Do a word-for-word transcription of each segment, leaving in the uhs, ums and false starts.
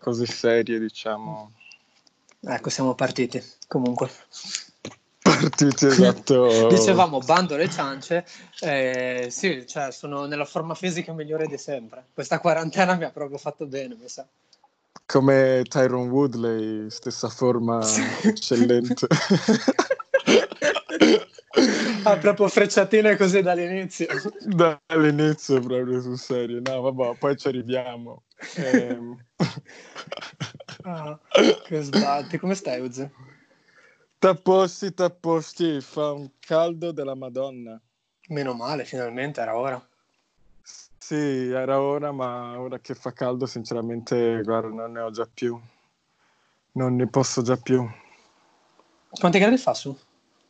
cose serie, diciamo. Ecco, siamo partiti, comunque. Partiti, esatto. Dicevamo, bando alle ciance, eh, sì, cioè sono nella forma fisica migliore di sempre. Questa quarantena mi ha proprio fatto bene, mi sa. Come Tyron Woodley, stessa forma eccellente. Ah, proprio frecciatine così dall'inizio. Dall'inizio proprio sul serio. No, vabbè, poi ci arriviamo. Ehm... Ah, che sbatti. Come stai, Uzi? Tapposti, tapposti, fa un caldo della Madonna. Meno male, finalmente era ora. Sì, era ora, ma ora che fa caldo, sinceramente, guarda, non ne ho già più. Non ne posso già più. Quanti gradi fa su?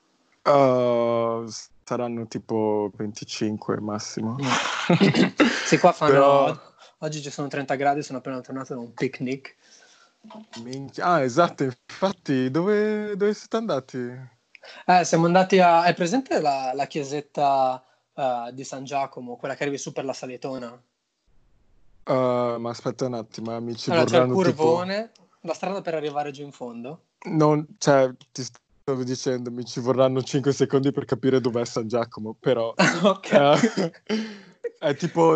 Uh, saranno tipo venticinque massimo. Sì, qua fanno... Però... Oggi ci sono trenta gradi, sono appena tornato da un picnic. Minchia. Ah, esatto, infatti, dove, dove siete andati? Eh, siamo andati a... Hai presente la, la chiesetta uh, di San Giacomo, quella che arrivi su per la Salitona? Uh, ma aspetta un attimo, mi ci Allora, c'è il vorranno tipo... curvone, la strada per arrivare giù in fondo. Non, cioè, ti stavo dicendo, mi ci vorranno cinque secondi per capire dov'è San Giacomo, però... Ok. eh, è tipo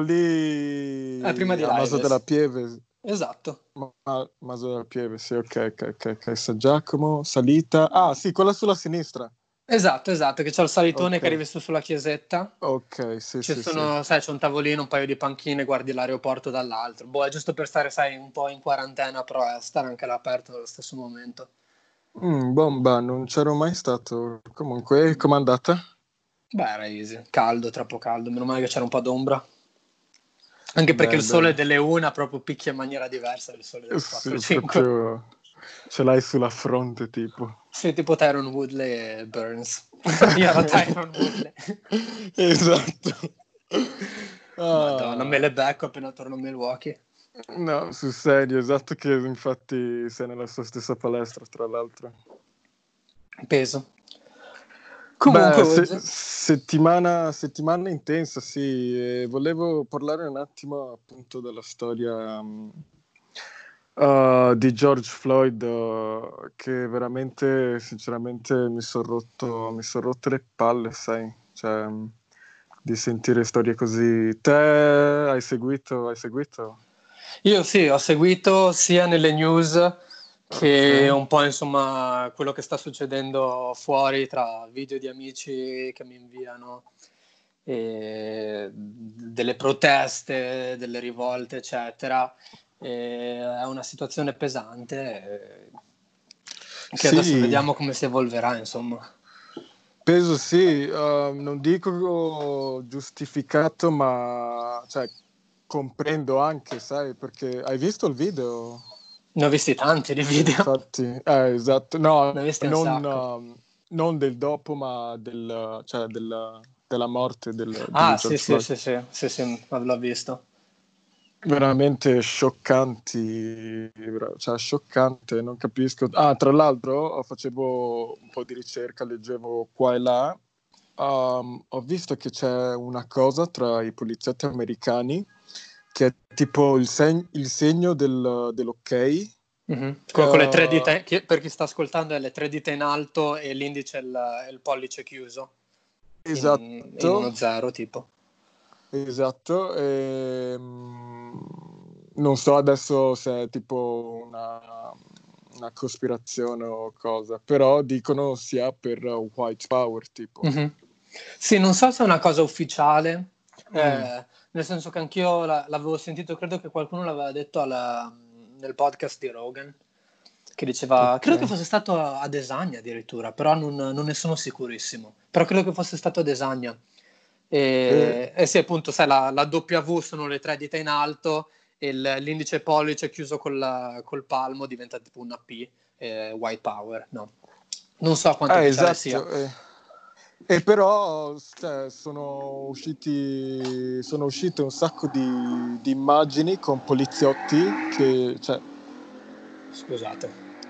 È prima lì di a Maso della Laives. Pieve. Esatto. Ma, Maso della Pieve, sì, ok, ok, ok, ok. San Giacomo, salita... Ah, sì, quella sulla sinistra. Esatto, esatto, che c'è il salitone Ok, che arrivi su sulla chiesetta. ok, sì, Ci sì, sì. sono, sai, c'è un tavolino, un paio di panchine, guardi l'aeroporto dall'altro. Boh, è giusto per stare, sai, un po' in quarantena, però è stare anche all'aperto nello stesso momento. Mm, bomba, non c'ero mai stato. Comunque, com'è andata? Beh, era easy. Caldo, troppo caldo. Meno male che c'era un po' d'ombra. Anche perché Beh, il beh. sole delle una proprio picchia in maniera diversa dal sole delle quattro Sì, cinque. proprio ce l'hai sulla fronte, tipo. Sì, tipo Tyron Woodley e Burns. Io ero Tyron Woodley. Esatto. Madonna, me Ah, le becco appena torno a Milwaukee. no, sul serio, esatto che infatti sei nella sua stessa palestra, tra l'altro. Peso. Comunque, Beh, se- Woods, settimana, settimana intensa, sì. E volevo parlare un attimo appunto della storia um, uh, di George Floyd, uh, che veramente, sinceramente, mi sono rotto, mi son rotte le palle, sai, cioè, um, di sentire storie così. Te hai seguito? Hai seguito? io sì, ho seguito sia nelle news Ok. che un po' insomma quello che sta succedendo fuori tra video di amici che mi inviano, e delle proteste, delle rivolte, eccetera. E è una situazione pesante, eh, che adesso Sì, vediamo come si evolverà, insomma. penso sì, uh, non dico giustificato, ma cioè, comprendo anche, sai, perché hai visto il video? Ne ho visti tanti di video, Infatti, eh, esatto, ne ho no, visti un non, sacco. um, non del dopo, ma del, cioè, del- della morte del- di Ah, sì, George sì, Floyd. sì, sì, sì, sì, l'ho visto. Veramente scioccanti, cioè scioccante, non capisco. Ah, tra l'altro facevo un po' di ricerca, leggevo qua e là. Um, ho visto che c'è una cosa tra i poliziotti americani che è tipo il, seg- il segno del- dell'ok. Mhm. Con, con le tre Uh, dita, chi- per chi sta ascoltando, è le tre dita in alto e l'indice e il, e il pollice chiuso in, in esatto, uno zero, tipo. esatto. ehm, non so adesso se è tipo una, una cospirazione o cosa, però dicono sia per white power, tipo. Mhm. Sì, non so se è una cosa ufficiale, Mm, eh, nel senso che anch'io la- l'avevo sentito, credo che qualcuno l'aveva detto alla- nel podcast di Rogan, che diceva, ok. credo che fosse stato a, a Desagna addirittura, però non, non ne sono sicurissimo, però credo che fosse stato a Desagna. Eh, E, e sì, appunto, sai, la, la W sono le tre dita in alto e il- l'indice pollice chiuso col, col palmo diventa tipo una P, eh, white power, no. Non so quanto eh, ufficiale sia. esatto. eh. E però cioè, sono usciti, sono uscite un sacco di, di immagini con poliziotti che, cioè, Scusate,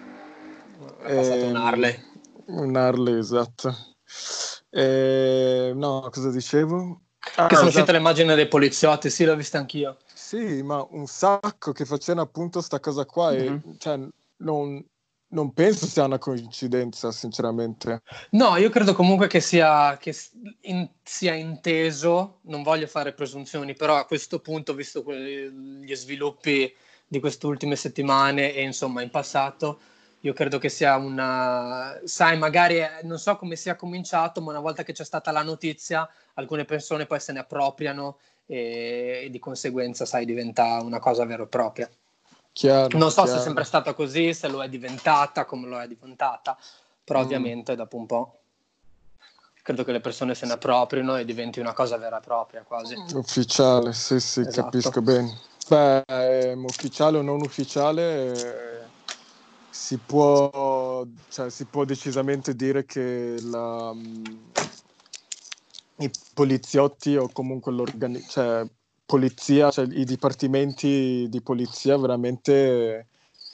è passato un ehm, Harley. un Harley, esatto. Eh, no, cosa dicevo? Ah, Che sono uscite esatto. le immagini dei poliziotti, sì, l'ho vista anch'io. Sì, ma un sacco che facevano appunto sta cosa qua e Mhm. cioè, non, non penso sia una coincidenza, sinceramente. No, io credo comunque che sia, che s- in- sia inteso, non voglio fare presunzioni, però a questo punto, visto que- gli sviluppi di queste ultime settimane e insomma in passato, io credo che sia una... Sai, magari eh, non so come sia cominciato, ma una volta che c'è stata la notizia, alcune persone poi se ne appropriano e, e di conseguenza, sai, diventa una cosa vera e propria. Chiaro, Non so se è sempre chiaro. stata così, se lo è diventata, come lo è diventata, però Mm. ovviamente dopo un po' credo che le persone se ne appropriano e diventi una cosa vera e propria quasi. Ufficiale, sì, sì, Esatto. capisco bene. Beh, ehm, ufficiale o non ufficiale, eh, si può, cioè, si può decisamente dire che la, mh, i poliziotti o comunque l'organi- cioè, polizia, cioè, i dipartimenti di polizia veramente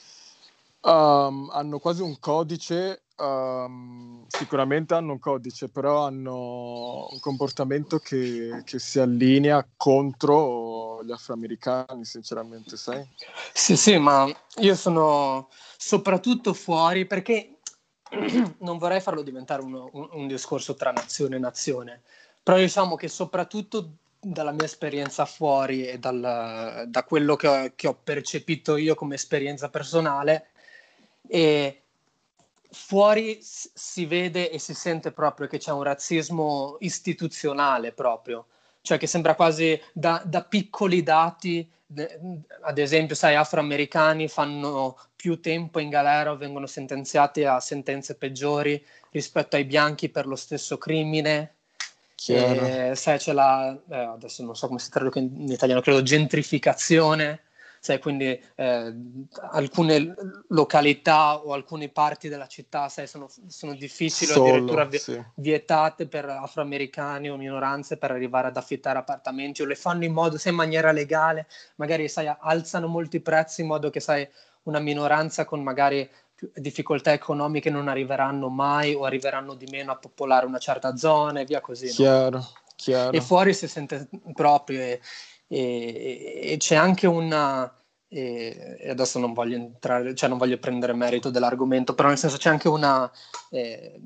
um, hanno quasi un codice, um, sicuramente hanno un codice, però hanno un comportamento che, che si allinea contro gli afroamericani, sinceramente, sai? Sì, sì, ma io sono soprattutto fuori perché non vorrei farlo diventare uno- un, un discorso tra nazione e nazione, però diciamo che soprattutto dalla mia esperienza fuori e dal- da quello che ho, che ho percepito io come esperienza personale, e fuori s- si vede e si sente proprio che c'è un razzismo istituzionale proprio, cioè che sembra quasi da, da piccoli dati, de- ad esempio, sai, afroamericani fanno più tempo in galera o vengono sentenziati a sentenze peggiori rispetto ai bianchi per lo stesso crimine. Chiaro. E, sai, c'è la, eh, adesso non so come si traduce in, in italiano, credo gentrificazione, sai, quindi eh, alcune località o alcune parti della città, sai, sono, sono difficili o addirittura Solo, vi- sì. vietate per afroamericani o minoranze per arrivare ad affittare appartamenti o le fanno in modo, sai, in maniera legale, magari, sai, alzano molti i prezzi in modo che, sai, una minoranza con magari più difficoltà economiche non arriveranno mai o arriveranno di meno a popolare una certa zona e via così, no? Chiaro, E chiaro. fuori si sente proprio e, e- e c'è anche una... E e adesso non voglio entrare, cioè non voglio prendere merito dell'argomento, però nel senso c'è anche una... eh,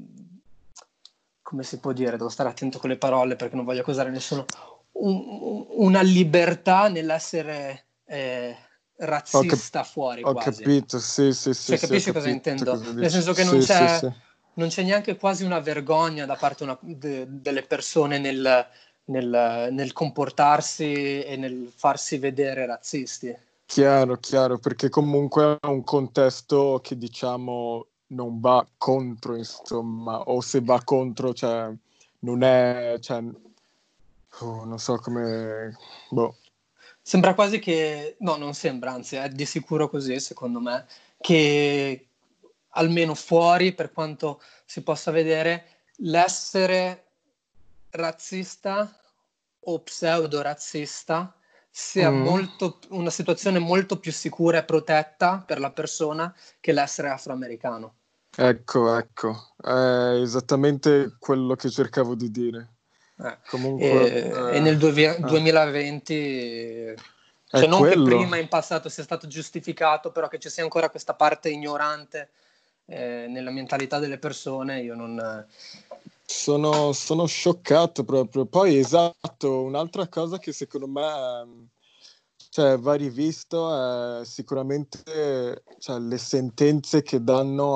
come si può dire? Devo stare attento con le parole perché non voglio accusare nessuno. Un- una libertà nell'essere eh, Ho, cap- razzista fuori ho quasi. capito, sì, sì, sì, Cioè, sì, ho capisci cosa capito intendo? cosa Nel dici. senso che non Sì, sì, c'è, sì. non c'è neanche quasi una vergogna da parte una- de- delle persone nel, nel- nel comportarsi e nel farsi vedere razzisti. Chiaro, chiaro, perché comunque è un contesto che diciamo non va contro, insomma, o se va contro, cioè, non è, cioè, oh, non so come, boh, Sembra quasi che, no, non sembra, anzi è di sicuro così, secondo me, che almeno fuori, per quanto si possa vedere, l'essere razzista o pseudo-razzista sia mm, molto, una situazione molto più sicura e protetta per la persona che l'essere afroamericano. ecco, ecco, è esattamente quello che cercavo di dire. Eh, Comunque, e, e eh, nel duemila eh, duemilaventi, è cioè non che quello. prima in passato sia stato giustificato, però che ci sia ancora questa parte ignorante eh, nella mentalità delle persone, io non... Sono, sono scioccato proprio. Poi, esatto, un'altra cosa che secondo me ehm, cioè, va rivisto è sicuramente cioè, le sentenze che danno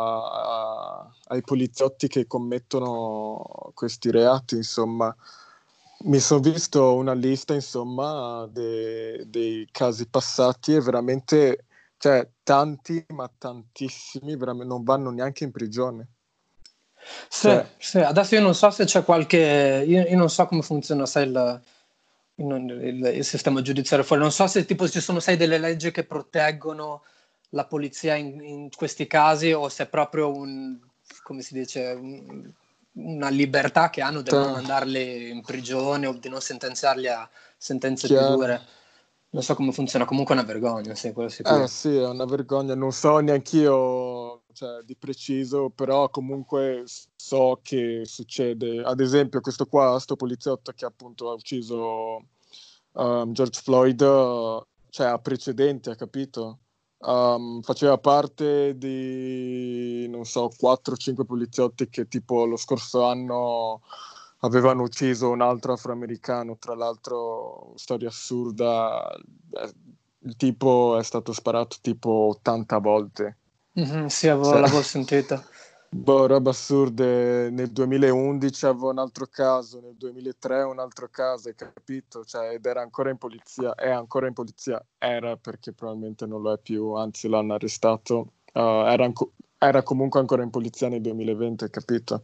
a- a- ai poliziotti che commettono questi reati, insomma. Mi sono visto una lista, insomma, de- dei casi passati e veramente, cioè, tanti, ma tantissimi, veramente non vanno neanche in prigione. Sì, Cioè, sì, adesso io non so se c'è qualche... Io, io non so come funziona, sai, il, il- il- il sistema giudiziario fuori. Non so se tipo ci sono, sai, delle leggi che proteggono la polizia in, in questi casi o se è proprio un, come si dice, un- una libertà che hanno del non ta- mandarli in prigione o di non sentenziarli a sentenze più chiaro. dure. Non so come funziona, comunque è una vergogna, sì, quello Eh sicuro. sì, è una vergogna, non so neanch'io cioè, di preciso, però comunque so che succede. Ad esempio questo qua, sto poliziotto che appunto ha ucciso um, George Floyd, uh, cioè ha precedenti, ha capito? Um, faceva parte di, non so, quattro cinque poliziotti che tipo lo scorso anno avevano ucciso un altro afroamericano, tra l'altro storia assurda, eh, il tipo è stato sparato tipo ottanta volte. Mm-hmm, sì, avevo, Cioè, l'avevo sentito. boh, robe assurde. Nel duemilaundici avevo un altro caso, nel duemilatré un altro caso, hai capito? Cioè, ed era ancora in polizia, è ancora in polizia, era perché probabilmente non lo è più, anzi l'hanno arrestato. Uh, era, anco- era comunque ancora in polizia nel duemilaventi, hai capito?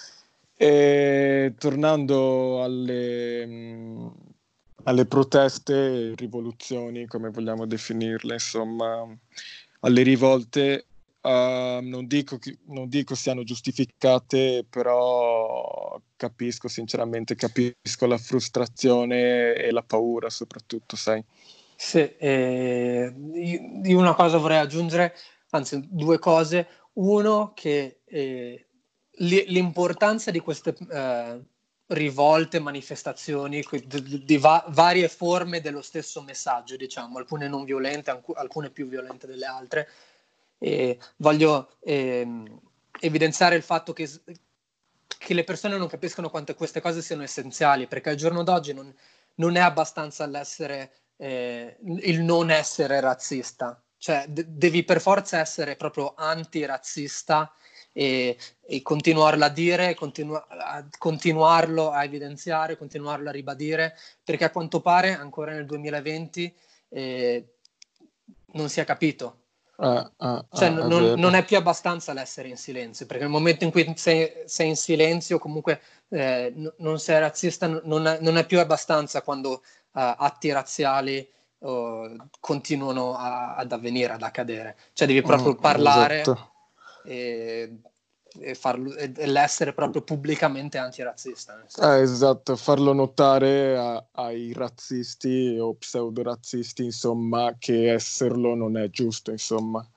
E tornando alle, mh, alle proteste, rivoluzioni, come vogliamo definirle, insomma, alle rivolte, uh, non dico, che, non dico siano giustificate, però capisco, sinceramente, capisco la frustrazione e la paura, soprattutto, sai. Sì, eh, io una cosa vorrei aggiungere, anzi due cose. Uno, che eh, l'importanza di queste eh, rivolte, manifestazioni di, di va- varie forme dello stesso messaggio, diciamo, alcune non violente, alc- alcune più violente delle altre. E voglio ehm, evidenziare il fatto che, che le persone non capiscono quanto queste cose siano essenziali, perché al giorno d'oggi non, non è abbastanza l'essere, eh, il non essere razzista, cioè de- devi per forza essere proprio antirazzista e, e continuarlo a dire, continu- a continuarlo a evidenziare, continuarlo a ribadire, perché a quanto pare ancora nel duemilaventi eh, non si è capito. Ah, ah, Cioè, ah, è non, vero. non è più abbastanza l'essere in silenzio, perché nel momento in cui sei, sei in silenzio, comunque eh, n- non sei razzista, n- non è, non è più abbastanza quando eh, atti razziali eh, continuano a- ad avvenire, ad accadere. Cioè, devi proprio Mm, parlare esatto. e, e, farlo, e, e l'essere proprio pubblicamente antirazzista, nel Eh, senso. esatto, farlo notare a- ai razzisti o pseudorazzisti, insomma, che esserlo non è giusto, insomma.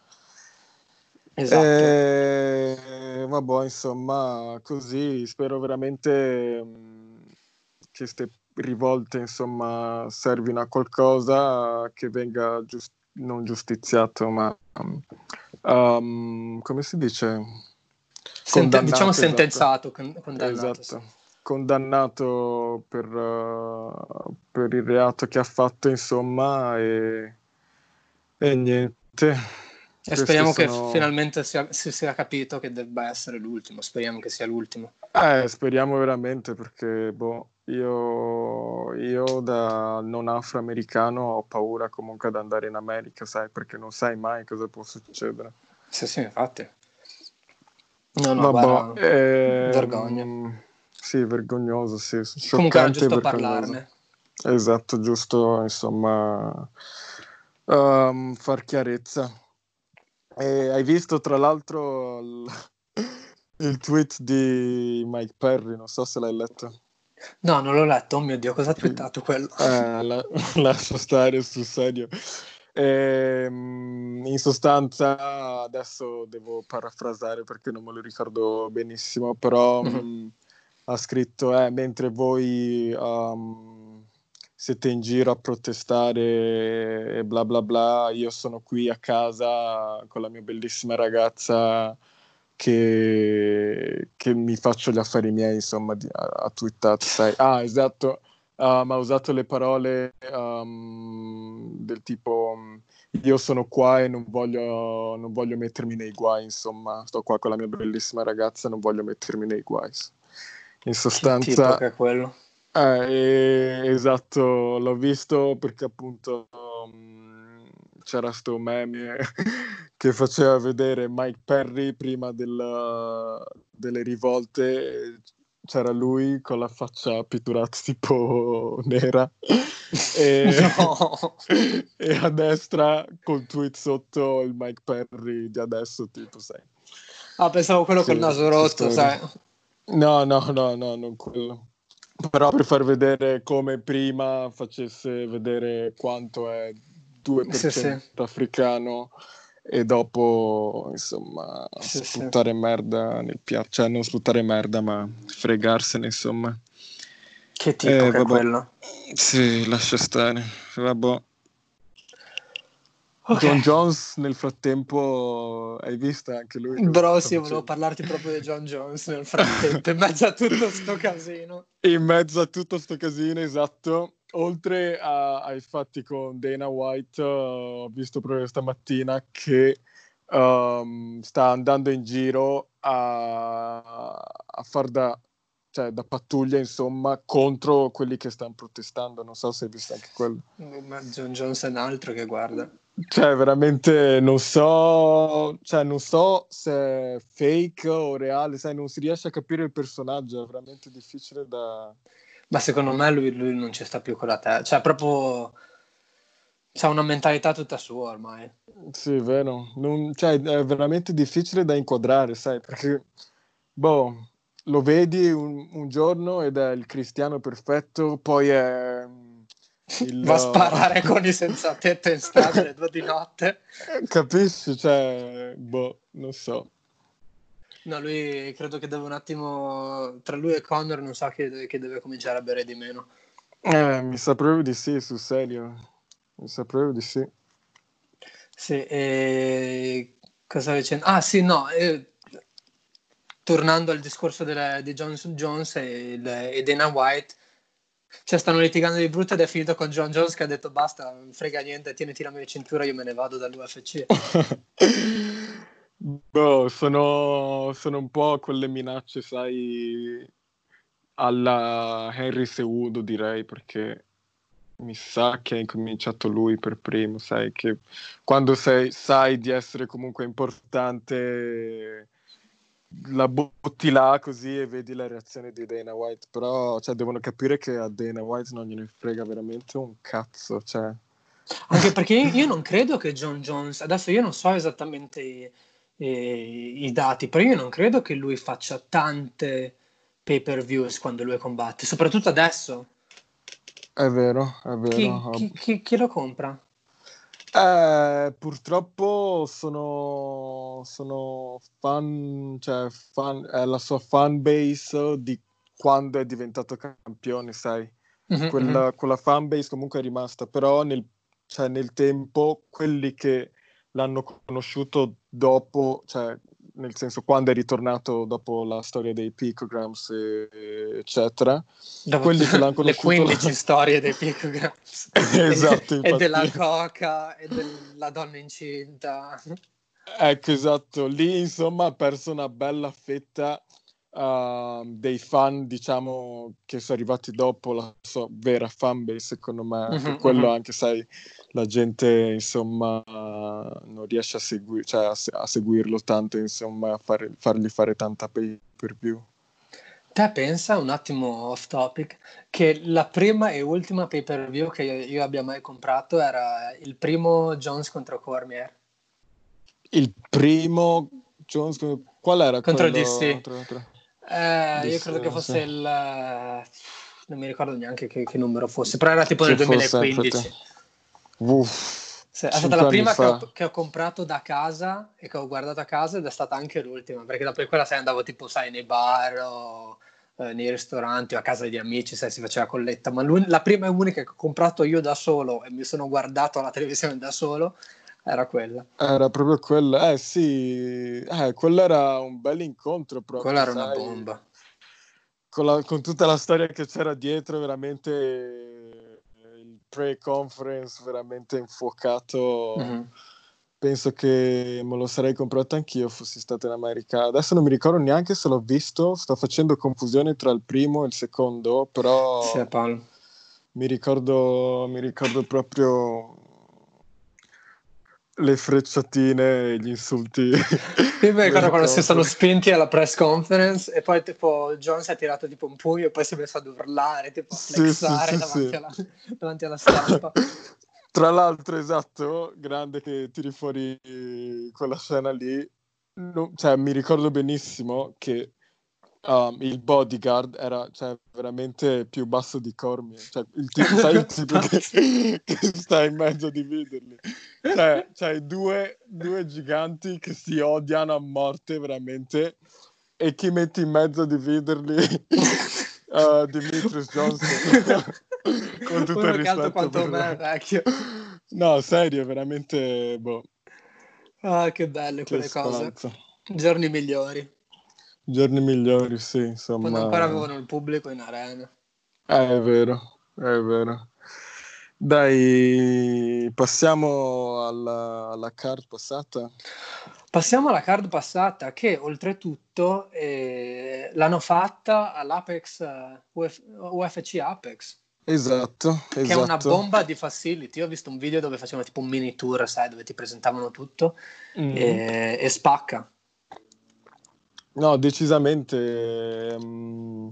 Esatto. E, vabbè, insomma, così spero veramente mh, che queste rivolte, insomma, servino a qualcosa che venga giust- non giustiziato, ma um, um, come si dice? Sente- diciamo Condannato, esatto. sentenzato, con- condannato, sì. Esatto, condannato per, uh, per il reato che ha fatto, insomma, e, e niente. E Queste speriamo che sono... finalmente sia, si sia capito che debba essere l'ultimo, speriamo che sia l'ultimo. Eh, speriamo veramente perché, boh, io, io da non afroamericano ho paura comunque ad andare in America, sai, perché non sai mai cosa può succedere. Sì, sì, infatti. No, no, Vabbè, guarda, vergogna. ehm, sì, vergognoso, sì, Comunque era scioccante e giusto vergognoso. parlarne. Esatto, giusto, insomma, ehm, far chiarezza. E hai visto tra l'altro il, il tweet di Mike Perry, non so se l'hai letto. No, non l'ho letto, oh mio Dio, cosa ha Sì. twittato quello? Eh, la, lascio stare sul serio. Ehm, in sostanza, adesso devo parafrasare perché non me lo ricordo benissimo, però Mhm. mh, ha scritto, eh, mentre voi um, siete in giro a protestare e bla bla bla, io sono qui a casa con la mia bellissima ragazza che, che mi faccio gli affari miei, insomma, di, ha, ha twittato, sai. Ah, esatto. Um, ha usato le parole um, del tipo um, io sono qua e non voglio, non voglio mettermi nei guai, insomma, sto qua con la mia bellissima ragazza, non voglio mettermi nei guai. In Che tipo sostanza, che è quello? eh, e- esatto, l'ho visto perché appunto um, c'era sto meme che faceva vedere Mike Perry prima del- delle rivolte, c'era lui con la faccia pitturata tipo nera e, No! e a destra col tweet sotto il Mike Perry di adesso, tipo, sai. Ah, pensavo quello col Sì, naso che rotto, storia. sai? No, no, no, no, non quello. Però per far vedere come prima facesse vedere quanto è Sì, sì. due per cento africano e dopo, insomma, Sì, sì. sputare merda nel piatto, cioè non sputare merda, ma fregarsene, insomma. Che tipo Eh, che è vabbè. quello? Sì, lascia stare. Vabbè. Ok. John Jones nel frattempo, hai visto anche lui cosa Bro, sta sì, volevo facendo? parlarti proprio di John Jones nel frattempo, in mezzo a tutto sto casino. In mezzo a tutto sto casino, esatto. Oltre a- ai fatti con Dana White, uh, ho visto proprio stamattina che um, sta andando in giro a, a far da, cioè, da pattuglia, insomma, contro quelli che stanno protestando. Non so se hai visto anche quello. Ma John Jones è un altro che guarda. Cioè, veramente non so, cioè, non so se è fake o reale, sai, non si riesce a capire il personaggio, è veramente difficile da... Ma secondo me lui, lui non ci sta più con la testa, cioè proprio c'ha una mentalità tutta sua ormai. Sì, è vero. Non- cioè, è veramente difficile da inquadrare, sai, perché, boh, lo vedi un, un giorno ed è il cristiano perfetto, poi è mm, il... Va a sparare con i senza tetto in strada alle due di notte. Capisci? Cioè, boh, non so. No, lui credo che deve un attimo, tra lui e Connor non so che, che deve cominciare a bere di meno. Eh, mi sa proprio di sì, sul serio. Mi sa proprio di sì. Sì, e cosa stavo dicendo? Ah sì, no, eh, tornando al discorso delle- di Johnson Jones e, il- e Dana White, cioè stanno litigando di brutto ed è finito con John Jones che ha detto basta, non frega niente, tieniti la mia cintura, io me ne vado dall'U F C. Boh, sono, sono un po' quelle minacce, sai, alla Henry Cejudo, direi, perché mi sa che ha incominciato lui per primo, sai, che quando sei, sai di essere comunque importante, la butti là così e vedi la reazione di Dana White, però, cioè, devono capire che a Dana White non gliene frega veramente un cazzo, cioè... Anche perché io non credo che John Jones, adesso io non so esattamente i, i- i dati, però io non credo che lui faccia tante pay-per-views quando lui combatte, soprattutto adesso. È vero, è Chi, vero. chi- chi- chi lo compra? Eh, purtroppo sono, sono fan, cioè fan, è la sua fan base di quando è diventato campione, sai. Mhm, mhm. Quella, quella fan base comunque è rimasta, però nel, cioè, nel tempo quelli che l'hanno conosciuto dopo, cioè nel senso quando è ritornato dopo la storia dei picograms, e- eccetera, Dopo quelli che l'hanno le conosciuto... quindici storie dei picograms e, Esatto, e della infatti. coca e della donna incinta. Ecco, esatto, lì insomma ha perso una bella fetta uh, dei fan, diciamo, che sono arrivati dopo la sua vera fanbase, secondo me. Per Mhm, quello mhm. anche, sai, la gente, insomma, uh, non riesce a, segui- cioè, a, se- a seguirlo tanto, insomma, a fare- fargli fare tanta pay per view. Te pensa un attimo off topic che la prima e ultima pay per view che io, io abbia mai comprato era il primo Jones contro Cormier Il primo, Jones, qual era contro quello? D C. Tra, tra... Eh, io Dis- credo che sì. fosse il non mi ricordo neanche che, che numero fosse, però era tipo nel Che fosse, aspetta. duemilaquindici. Uff, Sì, è stata la cinque anni prima che ho, fa. che ho comprato da casa e che ho guardato a casa ed è stata anche l'ultima, perché dopo di quella sai, andavo tipo, sai, nei bar o eh, nei ristoranti o a casa di amici, sai, si faceva colletta, ma l'un- la prima e unica che ho comprato io da solo e mi sono guardato alla televisione da solo era quella. Era proprio quello, eh sì, eh, quello era un bel incontro Quella proprio, era una sai, bomba. con, la- con tutta la storia che c'era dietro, veramente eh, il pre-conference veramente infuocato. Mhm. Penso che me lo sarei comprato anch'io fossi stato in America. Adesso non mi ricordo neanche se l'ho visto, sto facendo confusione tra il primo e il secondo, Sì, però Paolo. mi ricordo, mi ricordo proprio le frecciatine e gli insulti Io mi ricordo nel quando si sono conference. spinti alla press conference e poi tipo John si è tirato tipo un pugno e poi si è messo ad urlare, tipo a Sì, sì, flexare sì, davanti sì. alla, davanti alla stampa. Tra l'altro, esatto, grande che tiri fuori quella scena lì. No- cioè, mi ricordo benissimo che um, il bodyguard era, cioè, veramente più basso di Cormier. Cioè, il tipo, sai il tipo che, che sta in mezzo a dividerli. Cioè, c'hai due, due giganti che si odiano a morte, veramente, e chi metti in mezzo a dividerli? uh, Demetrius Johnson. Con tutto Uno il che è alto rispetto quanto per... me, vecchio. No, serio, veramente, boh, Ah, che belle che quelle cose. stanza. Giorni migliori. Giorni migliori, sì, Quando ancora insomma. avevano il pubblico in arena. Eh, è vero, è vero. Dai, passiamo alla, alla card passata. Passiamo alla card passata che oltretutto eh, l'hanno fatta all'Apex eh, Uf- U F C Apex, Esatto, che è una esatto. bomba di facility. Io ho visto un video dove facevano tipo un mini tour, sai, dove ti presentavano tutto Mhm. e, e spacca. No, decisamente. ehm,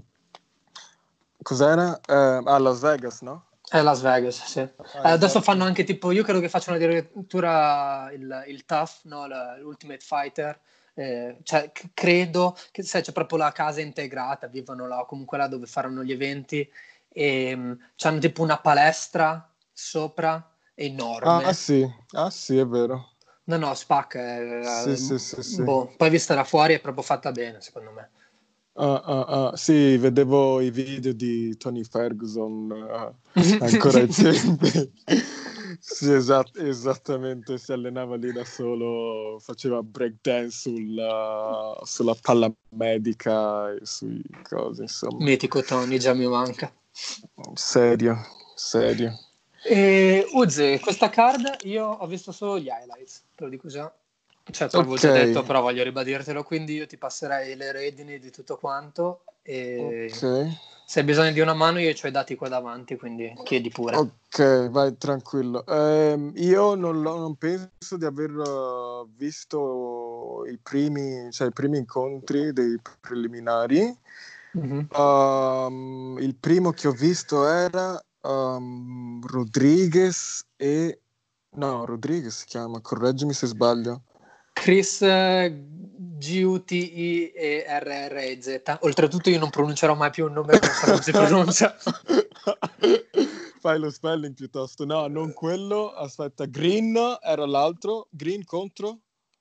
Cos'era? Eh, a Las Vegas, no? È Las Vegas, sì. Eh, Ah, adesso fanno esatto. anche tipo, io credo che facciano addirittura il, il Tough, no? La- l'Ultimate Fighter. Eh, cioè, c- credo che sai, c'è proprio la casa integrata, vivono là, comunque là dove faranno gli eventi. E hanno tipo una palestra sopra, Ah, enorme. sì, ah, sì, è vero. No, no, spacca. Sì, eh, sì, sì, sì. boh. Poi vista da fuori è proprio fatta bene, secondo me. Ah, ah, ah. Sì, vedevo i video di Tony Ferguson ah, ancora ai tempi. Sì, esat- esattamente, si allenava lì da solo, faceva breakdance sulla, sulla palla medica e sui cose, insomma. Mitico Tony, già mi manca. Serio, serio. E Uze, questa card io ho visto solo gli highlights, te lo dico già. Cioè, te l'avevo Ok, già detto, però voglio ribadirtelo, quindi io ti passerei le redini di tutto quanto ok, e se hai bisogno di una mano io ho i dati qua davanti, quindi chiedi pure. ok, vai tranquillo. Ehm, io non, l'ho- non penso di aver uh, visto i primi, cioè, i primi incontri dei preliminari. Mhm. Um, il primo che ho visto era um, Rodriguez e... No, Rodriguez si chiama, correggimi se sbaglio. Chris eh, G U T I e R R E Z. Oltretutto io non pronuncerò mai più un nome che non so come si pronuncia. Fai lo spelling piuttosto. No, non quello. Aspetta, Green era l'altro. Green contro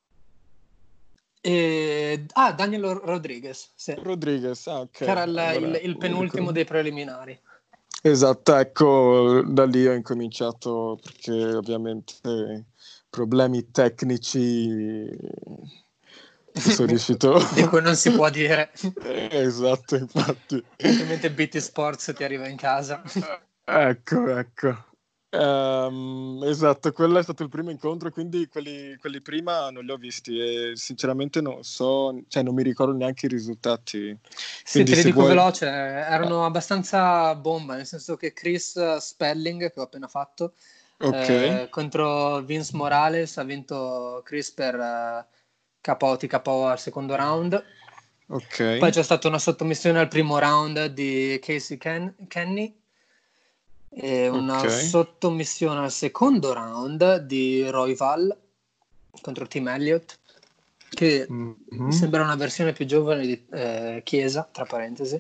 E... Ah, Daniel Rodriguez, sì. Rodriguez. Ah, Che ok. era il, Allora il- il mi penultimo ricordo. dei preliminari. Esatto, ecco, da lì ho incominciato perché ovviamente problemi tecnici sono riuscito. Di cui non si può dire. Esatto, infatti. Altrimenti B T Sports ti arriva in casa. Ecco, ecco. Ehm, esatto, quello è stato il primo incontro, quindi quelli, quelli prima non li ho visti e sinceramente non so, cioè non mi ricordo neanche i risultati. Sì, Quindi te li se dico vuoi... veloce, Ah, erano abbastanza bomba, nel senso che Chris Spelling, che ho appena fatto, ok, eh, contro Vince Morales, ha vinto Chris per eh, K O T K O al secondo round. ok, Poi c'è stata una sottomissione al primo round di Casey Ken- Kenny e ok. una sottomissione al secondo round di Royval contro Tim Elliott, che mi Mhm. sembra una versione più giovane di eh, Chiesa, tra parentesi.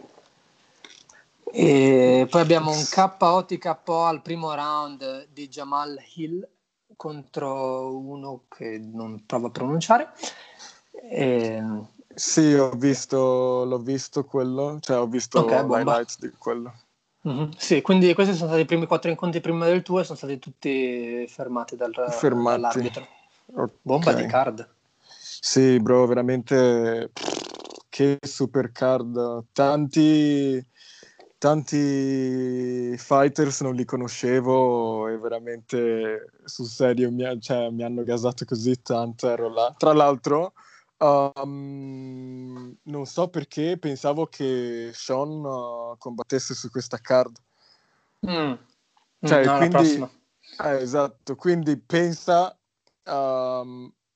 E poi abbiamo un K O T K O al primo round di Jamal Hill contro uno che non provo a pronunciare. E... Sì, ho visto, l'ho visto quello, cioè ho Ok, visto bomba. l'highlights di quello. Mhm. Sì, quindi questi sono stati i primi quattro incontri prima del tuo e sono stati tutti fermati dal- Fermati. dall'arbitro. Bomba di Ok. card. Sì, bro, veramente che super card. Tanti, tanti fighters non li conoscevo e veramente sul serio mi, ha- cioè, mi hanno gasato così tanto, ero là. Tra l'altro, um, non so perché pensavo che Sean uh, combattesse su questa card. Mm. Mm, Cioè, no, la quindi, prossima. eh, esatto, quindi pensa, um,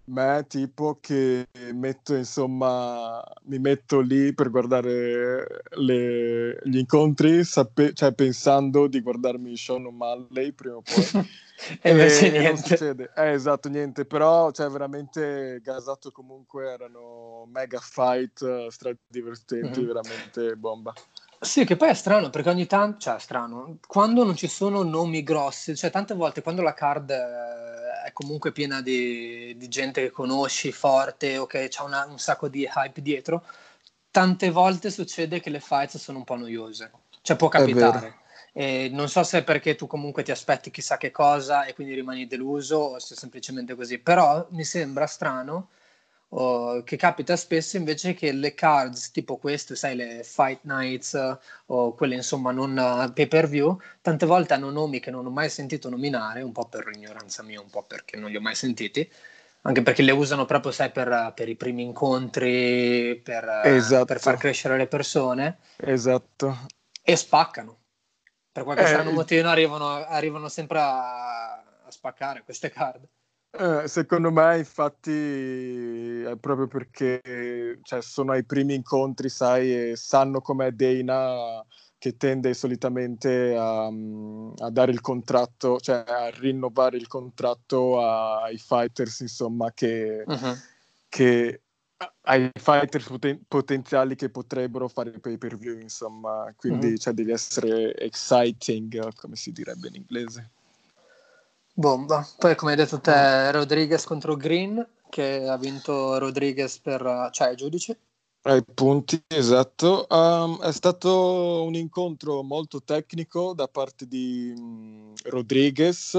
me tipo che metto insomma mi metto lì per guardare le, gli incontri sape- cioè pensando di guardarmi Sean O'Malley prima o poi E invece e, e non niente. succede, eh, esatto, niente, però cioè veramente gasato, comunque erano mega fight, eh, stradivertenti, Mhm. veramente bomba. Sì, che poi è strano perché ogni tanto, cioè è strano, quando non ci sono nomi grossi, cioè tante volte quando la card eh, è comunque piena di, di gente che conosci, forte o che c'ha una- un sacco di hype dietro, tante volte succede che le fights sono un po' noiose, cioè può È vero. capitare. E non so se è perché tu comunque ti aspetti chissà che cosa e quindi rimani deluso o se è semplicemente così, però mi sembra strano o che capita spesso invece che le cards tipo queste, sai, le Fight Nights eh, o quelle insomma non uh, pay per view, tante volte hanno nomi che non ho mai sentito nominare, un po' per ignoranza mia, un po' perché non li ho mai sentiti, anche perché le usano proprio, sai, per, per i primi incontri, per, uh, per far Esatto, crescere le persone esatto. e spaccano. Per qualche strano Eh, motivo arrivano, arrivano sempre a, a spaccare queste card. Eh, secondo me, infatti, è proprio perché cioè, sono ai primi incontri, sai, e sanno com'è Dana, che tende solitamente a, a dare il contratto, cioè a rinnovare il contratto ai fighters, insomma, che, Mhm. che ai fighters poten- potenziali che potrebbero fare pay per view, insomma, Mhm. quindi cioè, devi essere exciting, come si direbbe in inglese. Bomba. Poi, come hai detto Mm. te, Rodriguez contro Green, che ha vinto Rodriguez per, cioè, giudice. Ai punti, esatto. Um, è stato un incontro molto tecnico da parte di mm, Rodriguez,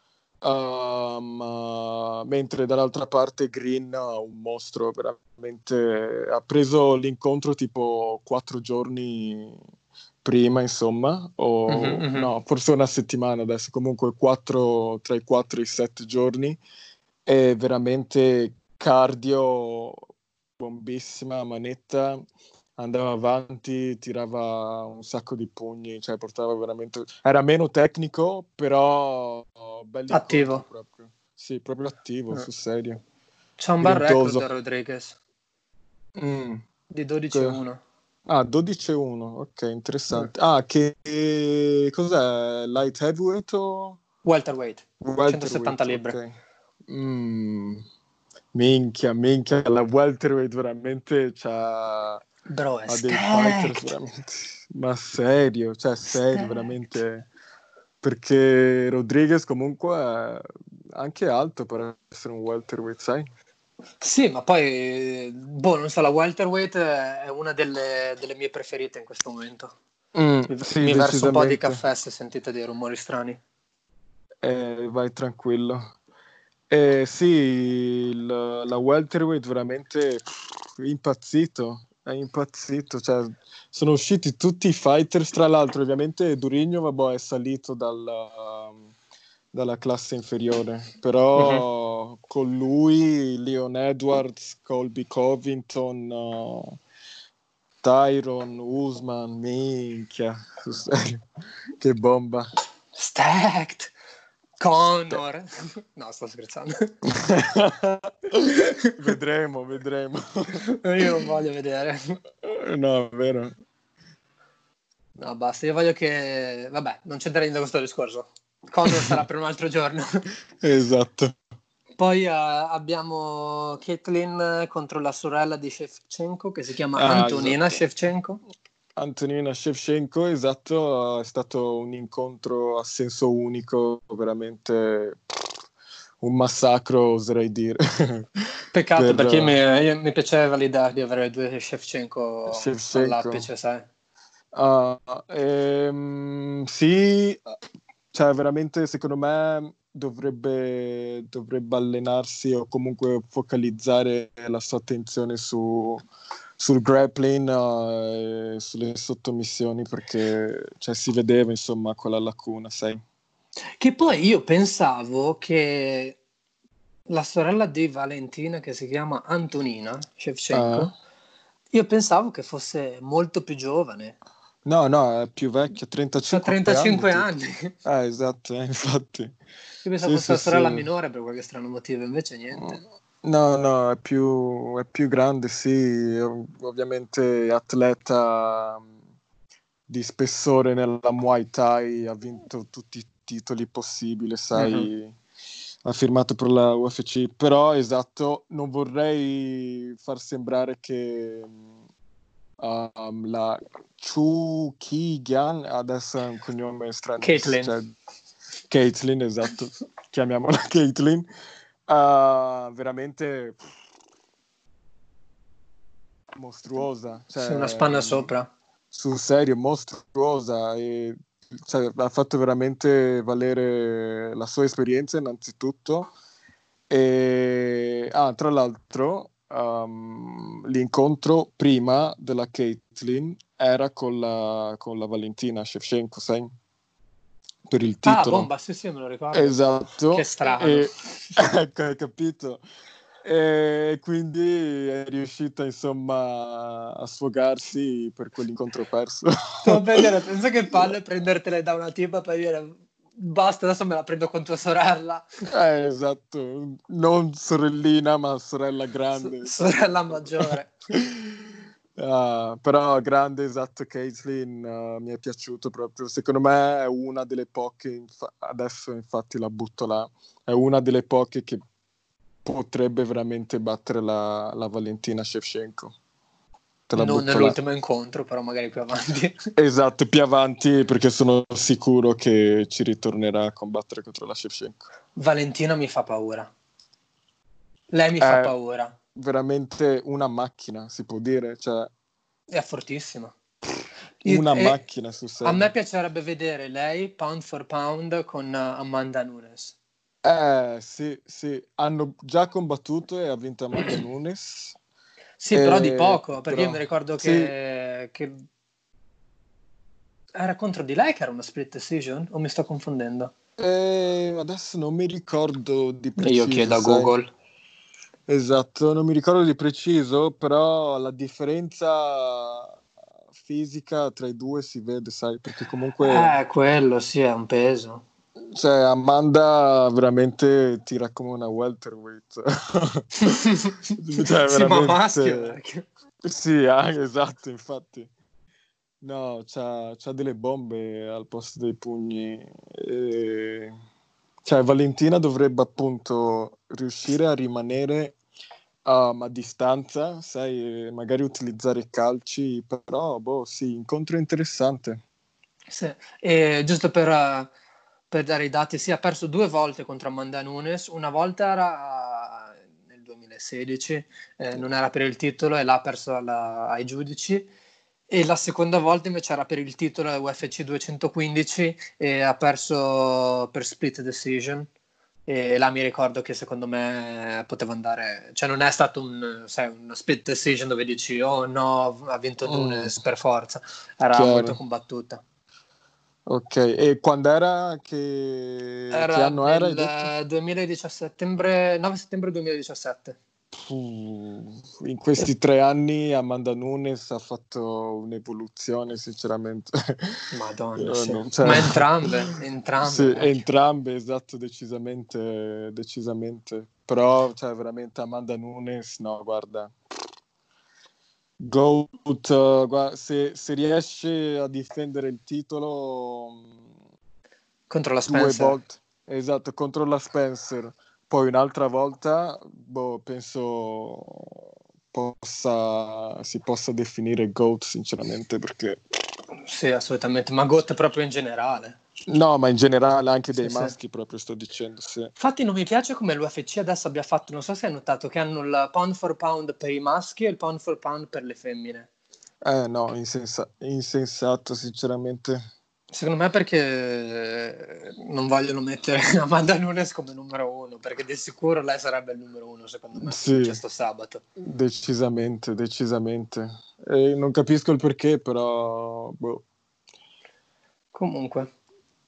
um, uh, mentre dall'altra parte Green, uh, un mostro veramente, ha preso l'incontro tipo quattro giorni prima, insomma, Mhm, o mhm. no, forse una settimana adesso, comunque quattro, tra i quattro e i sette giorni, è veramente cardio, bombissima, manetta, andava avanti, tirava un sacco di pugni, cioè portava veramente... Era meno tecnico, però bell'incontro Attivo. proprio. Sì, proprio attivo, Eh. sul serio. C'ha un bel record Grintoso. da Rodriguez, Mm. di dodici a che- uno. Ah, dodici a uno, ok, Eh. interessante. Ah, che cos'è? Light heavyweight o Welterweight, centosettanta welterweight? libbre. Ok. Mm. Minchia, minchia, la welterweight veramente c'ha, Bro, è ha dei fighters stacked. veramente, ma serio, cioè serio, Stacked. veramente, perché Rodriguez comunque è anche alto per essere un welterweight, sai? Sì, ma poi, boh, non so, la welterweight è una delle, delle mie preferite in questo momento. Mm, Mi, sì, mi verso un po' di decisamente. caffè se sentite dei rumori strani. Eh, vai tranquillo. Eh, sì, il- la welterweight veramente pff, impazzito, è impazzito, cioè, sono usciti tutti i fighters, tra l'altro ovviamente Durigno vabbè, è salito dalla, dalla classe inferiore, Mhm. però con lui Leon Edwards, Colby Covington, uh, Tyron, Usman, minchia, sul serio, che bomba. Stacked. Connor. No, sto scherzando. Vedremo, vedremo. Io non voglio vedere. No, vero. No, basta, io voglio che... Vabbè, non c'entra niente questo discorso. Connor sarà per un altro giorno. Esatto. Poi eh, abbiamo Caitlyn contro la sorella di Shevchenko, che si chiama Ah, Antonina esatto. Shevchenko. Antonina Shevchenko, esatto, è stato un incontro a senso unico, veramente un massacro, oserei dire, Peccato, per perché mi, uh, io- mi piaceva l'idea di avere due Shevchenko Shevchenko. all'apice, sai? Ah, ehm, sì, cioè veramente secondo me dovrebbe, dovrebbe allenarsi o comunque focalizzare la sua attenzione su, sul grappling eh, e sulle sottomissioni perché cioè, si vedeva insomma quella lacuna, sai? Che poi io pensavo che la sorella di Valentina, che si chiama Antonina Ah, Shevchenko, io pensavo che fosse molto più giovane. no, no, è più vecchia, C'ha trentacinque anni trentacinque tipo. anni. Ah, esatto, eh, infatti. Io pensavo Sì, fosse sì, la sorella sì. minore per qualche strano motivo, invece niente. No, no, è più, è più grande, sì, ov- ovviamente atleta mh, di spessore nella Muay Thai, ha vinto tutti i titoli possibili, Mhm. sai, ha firmato per la U F C, però esatto, non vorrei far sembrare che mh, um, la Chu Ki-Gian, adesso è un cognome strano, Caitlyn. cioè Caitlyn, esatto, chiamiamola Caitlyn, uh, veramente mostruosa, Sì, una cioè spanna mh, sopra. sul serio mostruosa e cioè, ha fatto veramente valere la sua esperienza innanzitutto e ah, tra l'altro um, l'incontro prima della Caitlyn era con la, con la Valentina Shevchenko, sai? Per il Ah, titolo. bomba, sì, sì, me lo ricordo. Che Esatto, strano. e ecco, hai capito? E quindi è riuscita insomma a sfogarsi per quell'incontro perso. Stavo per dire, pensa che palle prendertele da una tipa per dire basta, adesso me la prendo con tua sorella. Eh, esatto, non sorellina, ma sorella S- grande, sai. sorella maggiore. Ah, però grande, esatto, Caitlyn, eh, mi è piaciuto proprio. Secondo me è una delle poche, infa- adesso infatti la butto là, è una delle poche che potrebbe veramente battere la, la Valentina Shevchenko. Te la Non butto là. nell'ultimo incontro, però magari più avanti. Esatto, più avanti perché sono sicuro che ci ritornerà a combattere contro la Shevchenko. Valentina mi fa paura. Lei mi fa È paura. veramente una macchina, si può dire, cioè È fortissima. Io- una e macchina sul a me serio. piacerebbe vedere lei pound for pound con eh, Amanda Nunes. Eh, sì, sì, hanno già combattuto e ha vinto Amanda Nunes. Sì, però di E, poco, perché io mi però, ricordo sì, che, che era contro di lei che era una split decision, o mi sto confondendo? e adesso non mi ricordo di Io preciso, chiedo a sai? Google. Esatto, non mi ricordo di preciso, però la differenza fisica tra i due si vede, sai, perché comunque, Eh, quello sì, è un peso. cioè, Amanda veramente tira come una welterweight. Cioè, Sì, ma maschio, veramente... vecchio. Sì, ah, esatto, infatti. No, c'ha, c'ha delle bombe al posto dei pugni. E... Cioè, Valentina dovrebbe appunto riuscire a rimanere um, a distanza, sai, magari utilizzare i calci, però, boh, sì, incontro interessante. Sì. E giusto per, eh, per dare i dati, sì, ha perso due volte contro Amanda Nunes, una volta era eh, nel duemilasedici, eh, non era per il titolo e l'ha perso alla- ai giudici, e la seconda volta invece era per il titolo U F C duecentoquindici e ha perso per split decision. E là mi ricordo che secondo me poteva andare, cioè non è stato un, sai, una split decision dove dici oh no, ha vinto Mm, Nunes per forza, era molto chiaro. combattuta. Ok, e quando era? Che, che Era anno era, hai detto? nel duemiladiciassette, settembre, nove settembre duemiladiciassette. Puh, in questi tre anni Amanda Nunes ha fatto un'evoluzione, sinceramente. Madonna, Io sì. non- cioè, Ma entrambe, entrambe, sì, vecchio. entrambe, esatto, decisamente, decisamente. Però, cioè, veramente Amanda Nunes, no, guarda. GOAT, uh, gua- se, se riesce a difendere il titolo mh, Contro la due Spencer. volte, esatto, contro la Spencer, poi un'altra volta, boh, penso possa, si possa definire GOAT, sinceramente, perché Sì, assolutamente, ma G O T proprio in generale. no, ma in generale anche Sì, dei sì. maschi, proprio sto dicendo, sì. Infatti non mi piace come l'U F C adesso abbia fatto, non so se hai notato, che hanno il pound for pound per i maschi e il pound for pound per le femmine. Eh no, insensa- insensato, sinceramente. Secondo me perché non vogliono mettere Amanda Nunes come numero uno, perché di sicuro lei sarebbe il numero uno, secondo me, se vince Sì, sto sabato. decisamente, decisamente. E non capisco il perché, però boh. Comunque.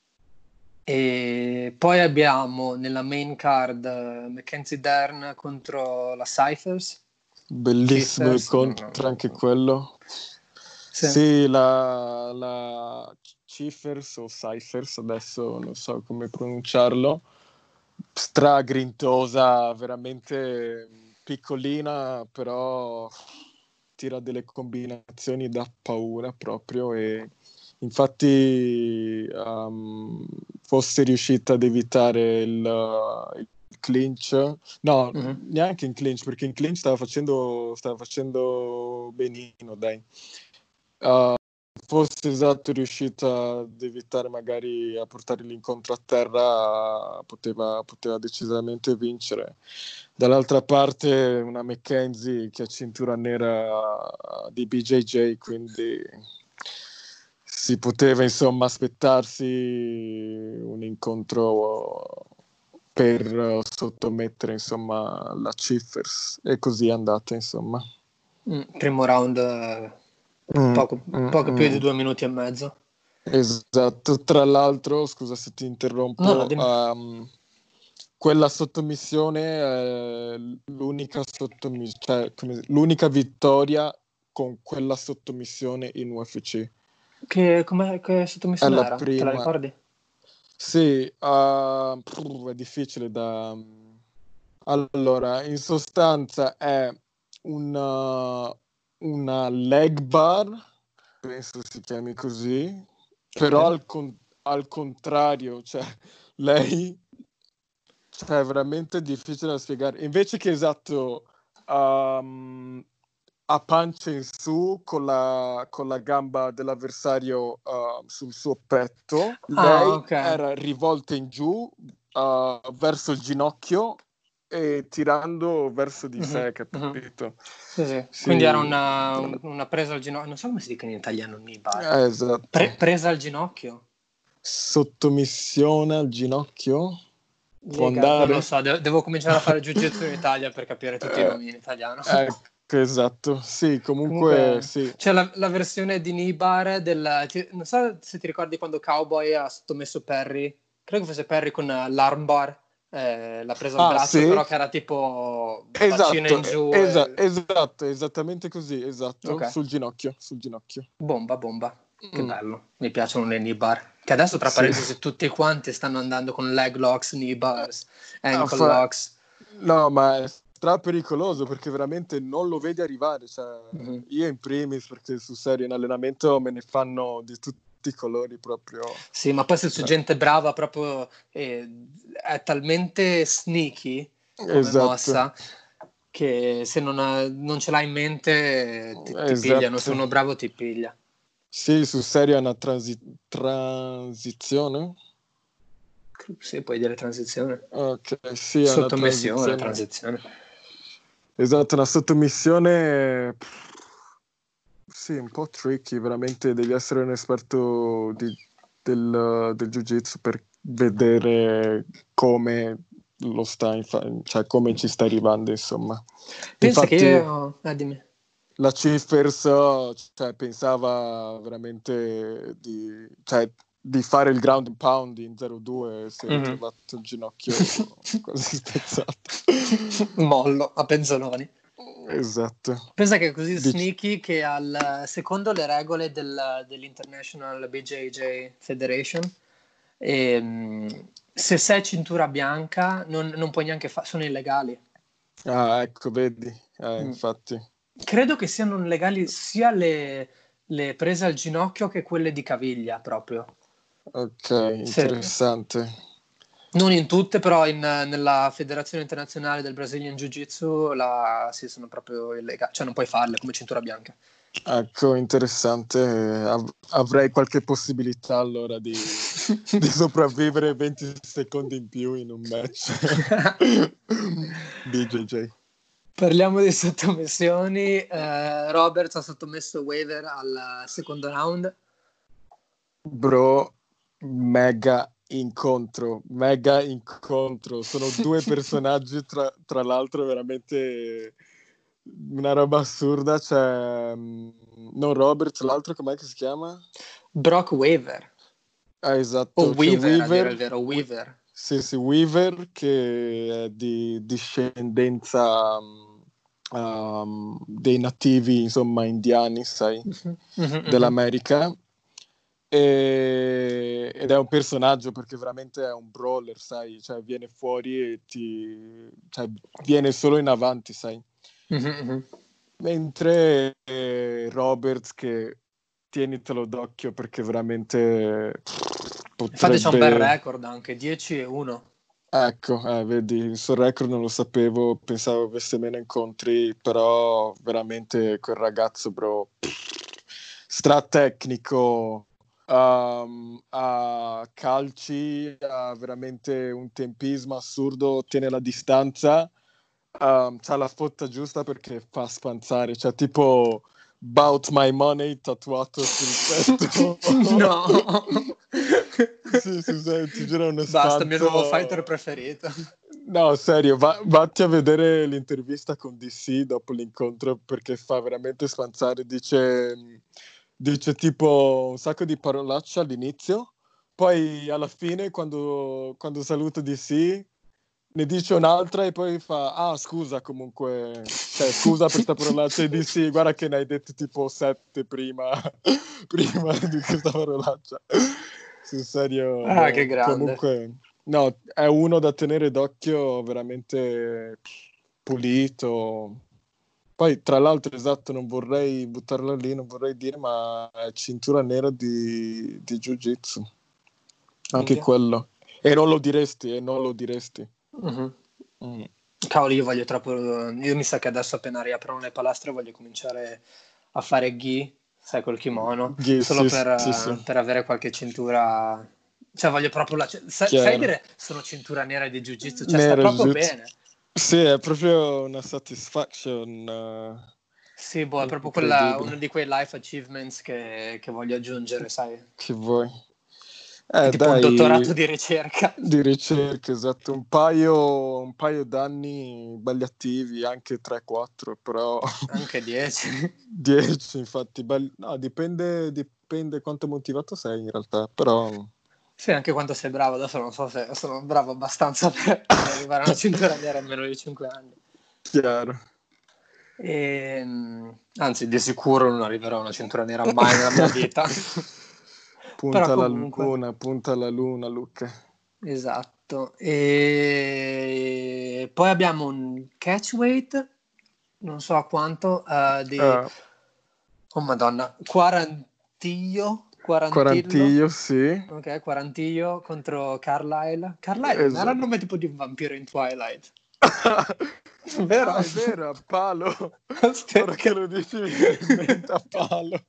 E poi abbiamo nella main card eh, Mackenzie Dern contro la Cyphers. Bellissimo Chiefers. No, no, incontro anche no. quello. Sì. Sì, la, la Chiefers o Cyphers, adesso non so come pronunciarlo, stragrintosa, veramente piccolina, però tira delle combinazioni da paura proprio, e infatti um, fosse riuscita ad evitare il, il clinch, no, Mhm. neanche in clinch, perché in clinch stava facendo, stava facendo benino, dai. Uh, fosse esatto riuscita ad evitare magari a portare l'incontro a terra, poteva, poteva decisamente vincere. Dall'altra parte una McKenzie che ha cintura nera di B J J, quindi si poteva insomma aspettarsi un incontro per sottomettere insomma la Chiefers, e così è andata insomma. Mm, primo round, eh, Mm, poco, mm, poco più di mm. due minuti e mezzo. Esatto, tra l'altro, scusa se ti No, no, interrompo, dimmi. um, quella sottomissione è l'unica sottomissione, cioè, come- l'unica vittoria con quella sottomissione in U F C. Che, com'è, che È sottomissione la era? Te la prima. ricordi? Sì, uh, pff, è difficile da... Allora, in sostanza è una, una leg bar, penso si chiami così, però Ok. al, con- al contrario, cioè lei, cioè, è veramente difficile da spiegare. Invece che esatto, um, a pancia in su con la, con la gamba dell'avversario uh, sul suo petto, Ah, lei ok. era rivolta in giù uh, verso il ginocchio e tirando verso di Mhm, sé, mhm. capito? Sì, sì. Quindi era Sì, una, un- una presa al ginocchio, non so come si dica in italiano, knee bar. eh, esatto. Pre- presa al ginocchio? Sottomissione al ginocchio? Può Lega, non lo andare? so, de- devo cominciare a fare jiu-jitsu in Italia per capire tutti i Eh, nomi in italiano. ecco, esatto. Sì, comunque Comunque, sì. c'è la, la versione di Nibar del... ti- non so se ti ricordi quando Cowboy ha sottomesso Perry, credo che fosse Perry con eh, l'armbar, eh, l'ha presa al Ah, braccio, sì? però che era tipo bacina in Esatto, giù esa- e... esatto, esattamente così, Ok, esatto, sul ginocchio, sul ginocchio. bomba, bomba. Che Mm, bello, mi piacciono le knee bar. Che adesso, tra sì. parentesi, tutti quanti stanno andando con leg locks, knee bars, Ah, ankle fa- locks. No, ma è stra pericoloso perché veramente non lo vedi arrivare. Cioè, Mhm. io in primis, perché sul serio in allenamento me ne fanno di tutti i colori proprio. Sì, ma poi se c'è Vera- gente brava, proprio eh, è talmente sneaky come Esatto, mossa che se non, ha- non ce l'hai in mente ti, ti piglia, non esatto. sono bravo, ti piglia. Sì, sul serio è una transi- transizione. Sì, puoi dire transizione. Ok, sì, è una Sottomissione, transizione. transizione. Esatto, una sottomissione, pff, sì, un po' tricky, veramente devi essere un esperto di- del, del jiu-jitsu per vedere come lo sta, infa- cioè come ci sta arrivando, insomma. Pensa che Infatti io... Ah, dimmi. la Chiefers, cioè, pensava veramente di, cioè, di fare il ground and pound in zero due e si è Mhm. ritrovato il ginocchio quasi spezzato. Mollo a penzoloni. Esatto. Pensa che è così Dic- sneaky che al, secondo le regole del, dell'International B J J Federation, ehm, se sei cintura bianca non, non puoi neanche fare, sono illegali. Ah, ecco, vedi, eh, Mm. infatti. Credo che siano legali sia le, le prese al ginocchio che quelle di caviglia proprio. Ok, Sì. interessante. Non in tutte, però in- nella Federazione Internazionale del Brazilian Jiu-Jitsu la, sì, sono proprio illegali, cioè non puoi farle come cintura bianca. Ecco, interessante. Av- avrei qualche possibilità allora di, di sopravvivere venti secondi in più in un match. B J J. Parliamo di sottomissioni. Eh, Roberts ha sottomesso Waver al secondo round. Bro, mega incontro, mega incontro. Sono due personaggi, tra, tra l'altro, veramente una roba assurda. C'è mm, non Robert, l'altro com'è che si chiama? Brock Waver. Ah, O esatto, c'è Weaver, a dire Weaver, il vero, Wi- Weaver. sì, sì, Weaver che è di discendenza mm, um, dei nativi, insomma, indiani, sai, Mhm, mhm, mhm. dell'America. E, e ed è un personaggio perché veramente è un brawler, sai, cioè viene fuori e ti, cioè, viene solo in avanti, sai. Mm-hmm. Mentre eh, Roberts, che tienitelo d'occhio perché veramente Infatti c'è un bel potrebbe... record anche, dieci e uno. Ecco, eh, vedi, il suo record non lo sapevo, pensavo avesse meno incontri, però veramente quel ragazzo, bro, stratecnico, um, ha calci, ha veramente un tempismo assurdo, tiene la distanza, um, c'ha la fotta giusta perché fa spanzare, cioè tipo Bout My Money tatuato sul petto. No! Sì, sì, sì, ti giuro uno Basta, il mio nuovo spanzo. fighter preferito. No, serio, va, vatti a vedere l'intervista con D C dopo l'incontro perché fa veramente spanzare. Dice, dice tipo un sacco di parolacce all'inizio, poi alla fine quando, quando saluta D C ne dice un'altra e poi fa, ah scusa comunque, cioè scusa per questa parolaccia e D C, guarda che ne hai dette tipo sette prima, prima di questa parolaccia. Sul serio, Ah, che boh, grande. comunque... No, è uno da tenere d'occhio, veramente pulito. Poi, tra l'altro, esatto, non vorrei buttarla lì, non vorrei dire, ma è cintura nera di, di Jiu-Jitsu. Anche Minchia. quello. E non lo diresti, e non lo diresti. Mhm. Mm. Cavolo, io voglio troppo. Io mi sa che adesso appena riaprono le palestre voglio cominciare a fare gi, sai, col kimono, Ghi, solo sì, per, sì, sì, eh, per avere qualche cintura. Cioè, voglio proprio la. Sai, sai chiaro. dire sono cintura nera di jiu-jitsu? Cioè, sta Nero proprio Jiu-Jitsu. bene. Sì, è proprio una satisfaction Sì, boh, è uh, proprio quella, uno incredibile. di quei life achievements che, che voglio aggiungere, sai? Che vuoi? È Eh, tipo un dottorato dai, di ricerca. di ricerca, esatto, un paio, un paio d'anni belli attivi, anche tre quattro, però Anche dieci. dieci, infatti, belli... no, dipende, dipende quanto motivato sei in realtà, però Sì, anche quanto sei bravo. Adesso non so se sono bravo abbastanza per, per arrivare a una cintura nera in meno di cinque anni. chiaro. E, anzi, di sicuro non arriverò a una cintura nera mai nella mia vita. Però Punta alla comunque, luna, punta alla luna, Luca. esatto. E poi abbiamo un catch weight, non so a quanto, eh, di, Uh, oh Madonna, Quarantillo, Quarantillo, Quarantillo, sì. ok, Quarantillo contro Carlisle. Carlisle non era il Esatto. nome tipo di un vampiro in Twilight, vero? Ah, è vero, a palo. Ora che Aspetta. lo dici mi viene in mente a palo.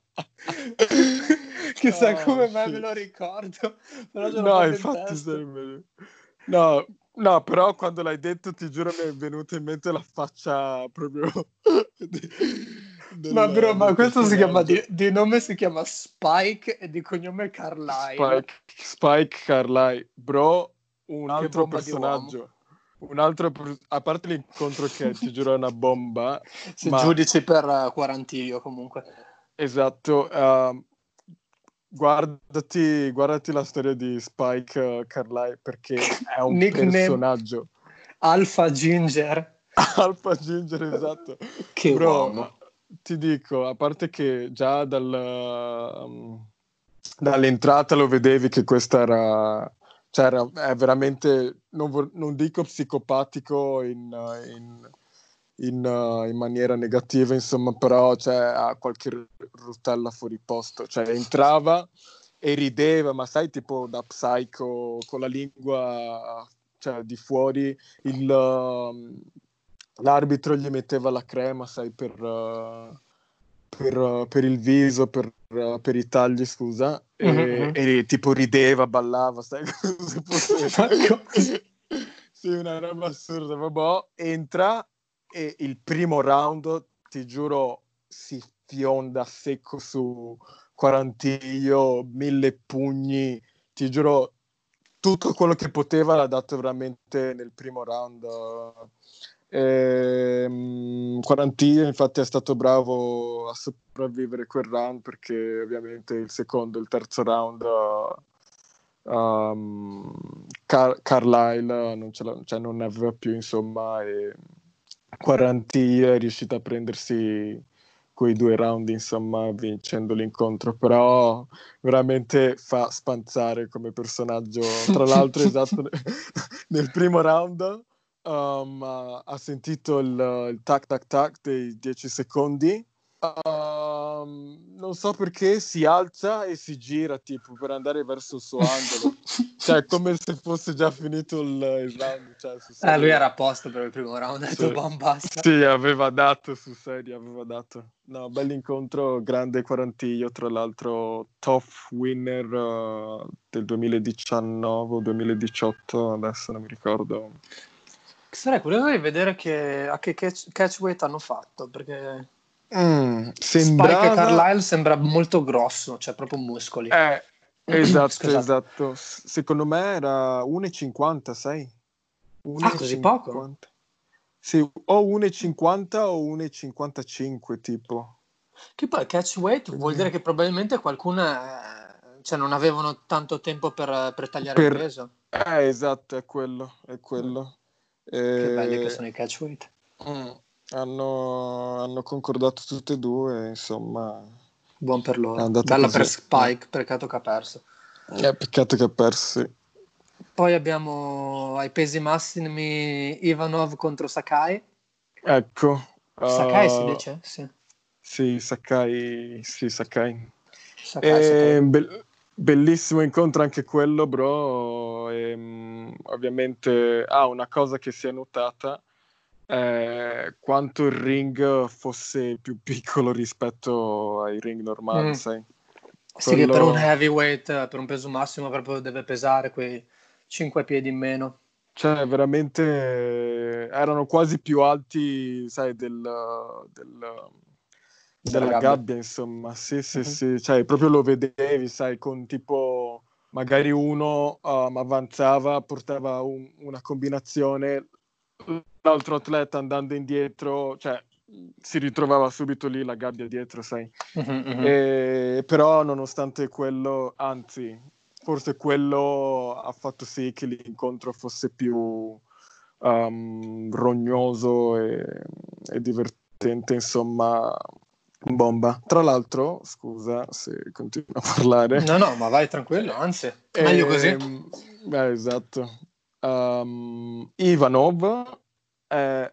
Chissà Oh, come mai me shit. lo ricordo, però ce l'ho No, proprio in infatti testa. sarebbe... No, no, però quando l'hai detto ti giuro mi è venuta in mente la faccia proprio di- Ma bro, del, ma del questo si chiama di, personaggio. di nome si chiama Spike e di cognome Carlisle. Spike, Spike Carlyle, bro, un Che altro bomba di uomo. personaggio. Un altro, per- a parte l'incontro che ti giuro è una bomba, Se ma giudici per uh, Quarantillo comunque. esatto, ehm, guardati, guardati la storia di Spike uh, Carlyle perché è un Nickname personaggio. Alpha Ginger. Alpha Ginger, esatto. Che Bro, uomo. ma ti dico, a parte che già dal, um, dall'entrata lo vedevi che questa era, cioè era è veramente, non, vor- non dico psicopatico in, uh, in- in, uh, in maniera negativa, insomma, però cioè, ha qualche rutella fuori posto. Cioè, entrava e rideva, ma sai, tipo da psycho, con la lingua cioè, di fuori, il, um, l'arbitro gli metteva la crema, sai, per, uh, per, uh, per il viso, per, uh, per i tagli, scusa, e, Mhm. e tipo rideva, ballava, sai, come se fosse... Ma cosa? Sì, una roba assurda, vabbè, entra e il primo round, ti giuro, si fionda secco su Quarantiglio, mille pugni, ti giuro, tutto quello che poteva l'ha dato veramente nel primo round. Ehm, Quarantiglio infatti è stato bravo a sopravvivere quel round perché ovviamente il secondo e il terzo round um, Car- Carlisle non, ce la, cioè non ne aveva più insomma e Quarantiglio è riuscito a prendersi quei due round, insomma, vincendo l'incontro, però veramente fa spanzare come personaggio. Tra l'altro, esatto, nel primo round um, ha ha sentito il, il tac tac tac dei dieci secondi. Um, non so perché si alza e si gira tipo per andare verso il suo angolo, cioè come se fosse già finito il, il round, cioè, su Eh, lui serio. era a posto per il primo round, ha detto Sì. "Bam, basta". Sì, aveva dato sul serio, aveva dato. No, bell'incontro, grande quarantiglio, tra l'altro top winner uh, del duemiladiciannove o duemiladiciotto, adesso non mi ricordo. Sarei curioso di vedere che, a che catch, catch weight hanno fatto, perché Mm, Spike sembrava... Carlisle sembra molto grosso, cioè proprio muscoli. Eh, esatto, Scusate. esatto. S- Secondo me era uno e cinquanta, sai? Ah, così poco? uno e cinquanta. Sì, o uno e cinquanta o uno e cinquantacinque tipo. Che poi catch weight vuol dire Quindi che probabilmente qualcuno, cioè non avevano tanto tempo per, per tagliare il per... peso. Eh, esatto, è quello, è Mm. quello. Che belli che Eh, sono i catch weight. mm, hanno, hanno concordato tutte e due, insomma, Buon per è loro. andata Bella per così. Mm. Spike, peccato che ha perso. Eh, peccato che ha perso. Sì. Poi abbiamo ai pesi massimi Ivanov contro Sakai. Ecco, Sakai si uh, dice? Sì. sì, Sakai, sì, Sakai. Sakai, E Sakai. be- bellissimo incontro anche quello, bro. E, mm, ovviamente, ah, una cosa che si è notata è quanto il ring fosse più piccolo rispetto ai ring normali, Mm. sai? Sì, che per un Quello, heavyweight, per un peso massimo, proprio deve pesare quei cinque piedi in meno. cioè, veramente eh, erano quasi più alti, sai, del, del- Della della gabbia. gabbia, insomma. Sì, sì, Mhm. sì, cioè, proprio lo vedevi, sai, con tipo, magari uno um, avanzava, portava un- una combinazione, l'altro atleta andando indietro, cioè, si ritrovava subito lì la gabbia dietro, sai. Mhm, mhm. E, però, nonostante quello, anzi, forse quello ha fatto sì che l'incontro fosse più um, rognoso e, e divertente, insomma, bomba. Tra l'altro, scusa se continuo a parlare, No, no, ma vai tranquillo, eh, anzi, meglio così. ehm, eh, esatto. Um, Ivanov è,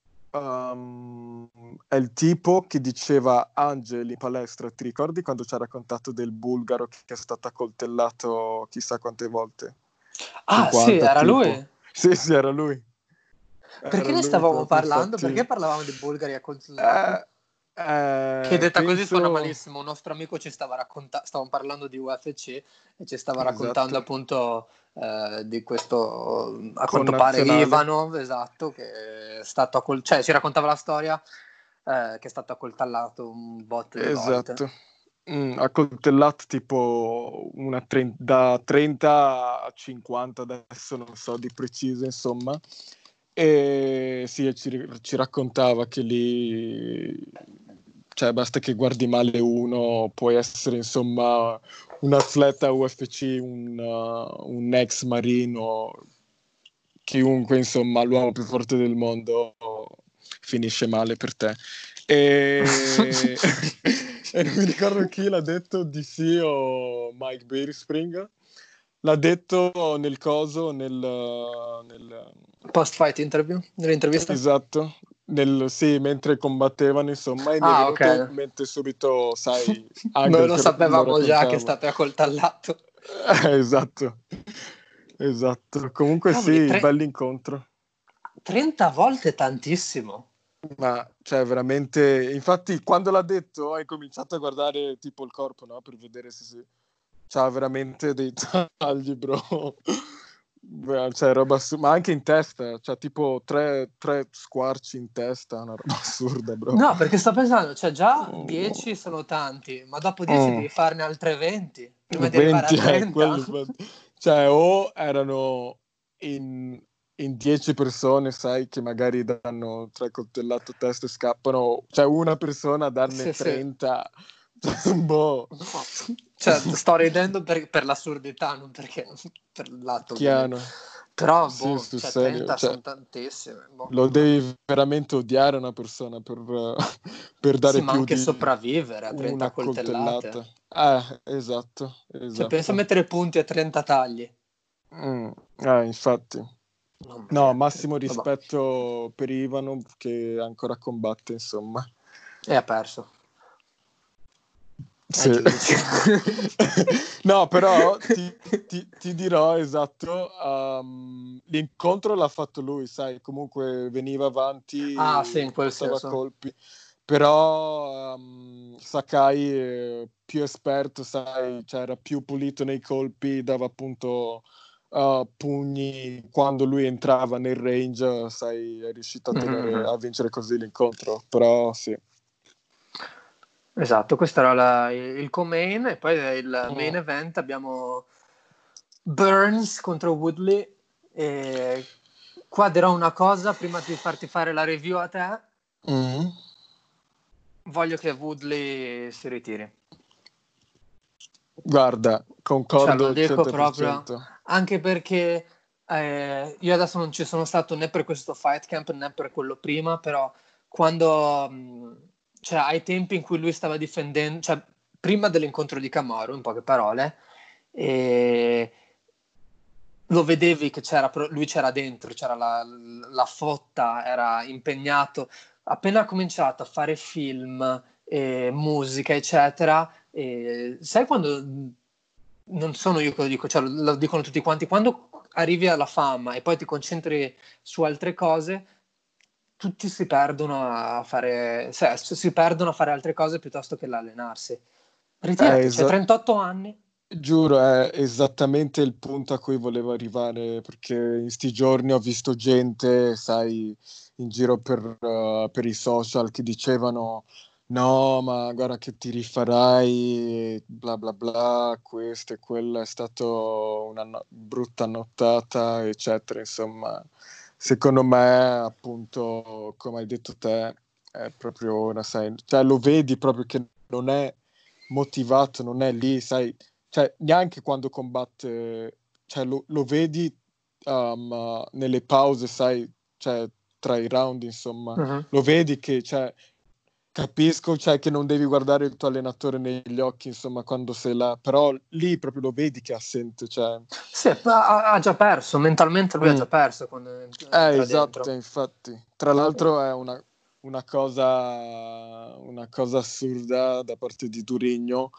um, è il tipo che diceva Angel in palestra, ti ricordi quando ci ha raccontato del bulgaro che è stato accoltellato chissà quante volte? Ah, sì, cinquanta era tipo. lui. Sì, sì, era lui. Perché Era ne lui stavamo proprio, parlando? infatti. Perché parlavamo di Bulgari Eh, accoltellato? Che eh, detta così suona penso... malissimo. Un nostro amico ci stava raccontando, stavamo parlando di U F C e ci stava raccontando Esatto, appunto eh, di questo, a quanto pare connazionale. Ivanov, esatto, che è stato accol- cioè ci raccontava la storia eh, che è stato accoltellato un botto di volte. Esatto. Mm, accoltellato tipo una tre- da trenta a cinquanta, adesso non so di preciso, insomma. E sì, ci, ci raccontava che lì, cioè basta che guardi male uno, puoi essere insomma un atleta U F C, un, uh, un ex marino, chiunque insomma, l'uomo più forte del mondo finisce male per te. E, e non mi ricordo chi l'ha detto, D C o Mike Beerspring. L'ha detto nel coso, nel, nel... Post-fight interview, nell'intervista? Esatto, nel, sì, mentre combattevano, insomma, e mi è Ah, ok. venuto in mente subito, sai, Noi Angel lo che lo sapevamo già che raccontava. state accoltellato. Eh, esatto, esatto. Comunque Cavoli, sì, tre- bell'incontro. trenta volte tantissimo. Ma, cioè, veramente... Infatti, quando l'ha detto, hai cominciato a guardare tipo il corpo, no? Per vedere se si... C'ha veramente dei tagli, bro. Beh, cioè, roba assurda. Ma anche in testa. C'ha tipo tre, tre squarci in testa. Una roba assurda, bro. No, perché sto pensando, cioè già dieci sono tanti, ma dopo dieci Mm. devi farne altre venti prima di arrivare a venti è trenta. quello. Cioè, o erano in, in dieci persone, sai, che magari danno tre coltellate a testa e scappano, cioè una persona a darne Sì, sì. trenta. Boh. Cioè, sto ridendo per, per l'assurdità, non perché per l'atto, ovviamente. Chiaro. Però, Sì, boh, sul cioè serio, trenta cioè, sono tantissime. Boh. lo devi veramente odiare una persona per, per Sì, dare ma più anche di sopravvivere a trenta una coltellate. coltellata. Eh, esatto, Cioè, pensa a esatto. mettere punti a trenta tagli. Mm, eh, infatti. Mamma No, mia. massimo Vabbè. rispetto per Ivanov che ancora combatte, insomma. E ha perso. Ai Sì. giudici. No, però ti, ti- ti dirò esatto, um, l'incontro l'ha fatto lui, sai, comunque veniva Ah, sì, avanti, in quel portava senso. colpi, però um, Sakai è più esperto, sai, cioè era più pulito nei colpi, dava appunto uh, pugni quando lui entrava nel range, sai, è riuscito a tenere, Mhm. a vincere così l'incontro, però sì. Esatto, questo era la- il co-main e poi il main Mm. event abbiamo Burns contro Woodley e qua dirò una cosa prima di farti fare la review a te, Mm. voglio che Woodley si ritiri. Guarda, Cioè, lo concordo dico proprio cento per cento. anche perché eh, io adesso non ci sono stato né per questo fight camp né per quello prima, però quando, mh, cioè, ai tempi in cui lui stava difendendo, cioè, prima dell'incontro di Kamaru, in poche parole, e lo vedevi che c'era, lui c'era dentro, c'era la, la fotta, era impegnato. Appena ha cominciato a fare film, e musica, eccetera, e sai quando, non sono io che lo dico, cioè lo, lo dicono tutti quanti, quando arrivi alla fama e poi ti concentri su altre cose, tutti si perdono a fare, cioè, si perdono a fare altre cose piuttosto che l'allenarsi. È Ritirati, c'hai esa- trentotto anni. Giuro, è esattamente il punto a cui volevo arrivare, perché in sti giorni ho visto gente, sai, in giro per, uh, per i social che dicevano no, ma guarda che ti rifarai, bla bla bla, questo e quello, è stato una no- brutta nottata, eccetera. Insomma, secondo me, appunto, come hai detto te, è proprio ora, sai, cioè lo vedi proprio che non è motivato, non è lì, sai, cioè neanche quando combatte, cioè lo, lo vedi um, nelle pause, sai, cioè tra i round, insomma, Mhm. lo vedi che, cioè, capisco, cioè, che non devi guardare il tuo allenatore negli occhi, insomma, quando sei là, però lì proprio lo vedi che è assente, cioè... Sì, ha, ha già perso, mentalmente lui ha Mm. già perso quando ent- Eh, entra esatto, dentro. infatti. Tra l'altro è una, una cosa, una cosa assurda da parte di Durigno.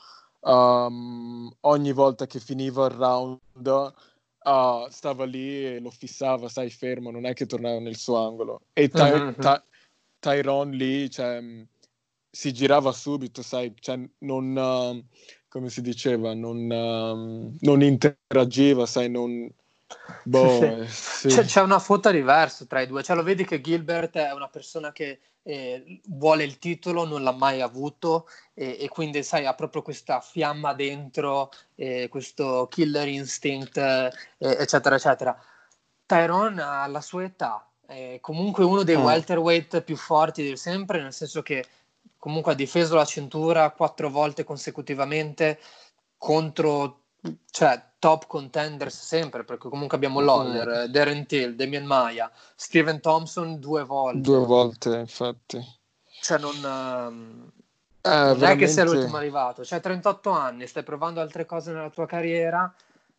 Um, ogni volta che finiva il round, uh, stava lì e lo fissava, sai, fermo, non è che tornava nel suo angolo. E Ty- Mhm, mhm. Ty- Tyrone lì, cioè, mh, si girava subito, sai, cioè, non, uh, come si diceva, non, um, non interagiva, sai, non... Sì, Boh, sì. eh, sì. C'è, c'è una foto diversa tra i due, cioè lo vedi che Gilbert è una persona che eh, vuole il titolo, non l'ha mai avuto e, e quindi sai ha proprio questa fiamma dentro, eh, questo killer instinct, eh, eccetera, eccetera. Tyrone ha la sua età, è comunque uno dei Mm. welterweight più forti di sempre, nel senso che comunque ha difeso la cintura quattro volte consecutivamente contro, cioè, top contenders sempre, perché comunque abbiamo Mm. Lawler, eh, Darren Till, Damian Maia, Steven Thompson due Due volte. volte, infatti. Cioè, non, ehm, È non è che sei veramente... l'ultimo arrivato, cioè trentotto anni, stai provando altre cose nella tua carriera,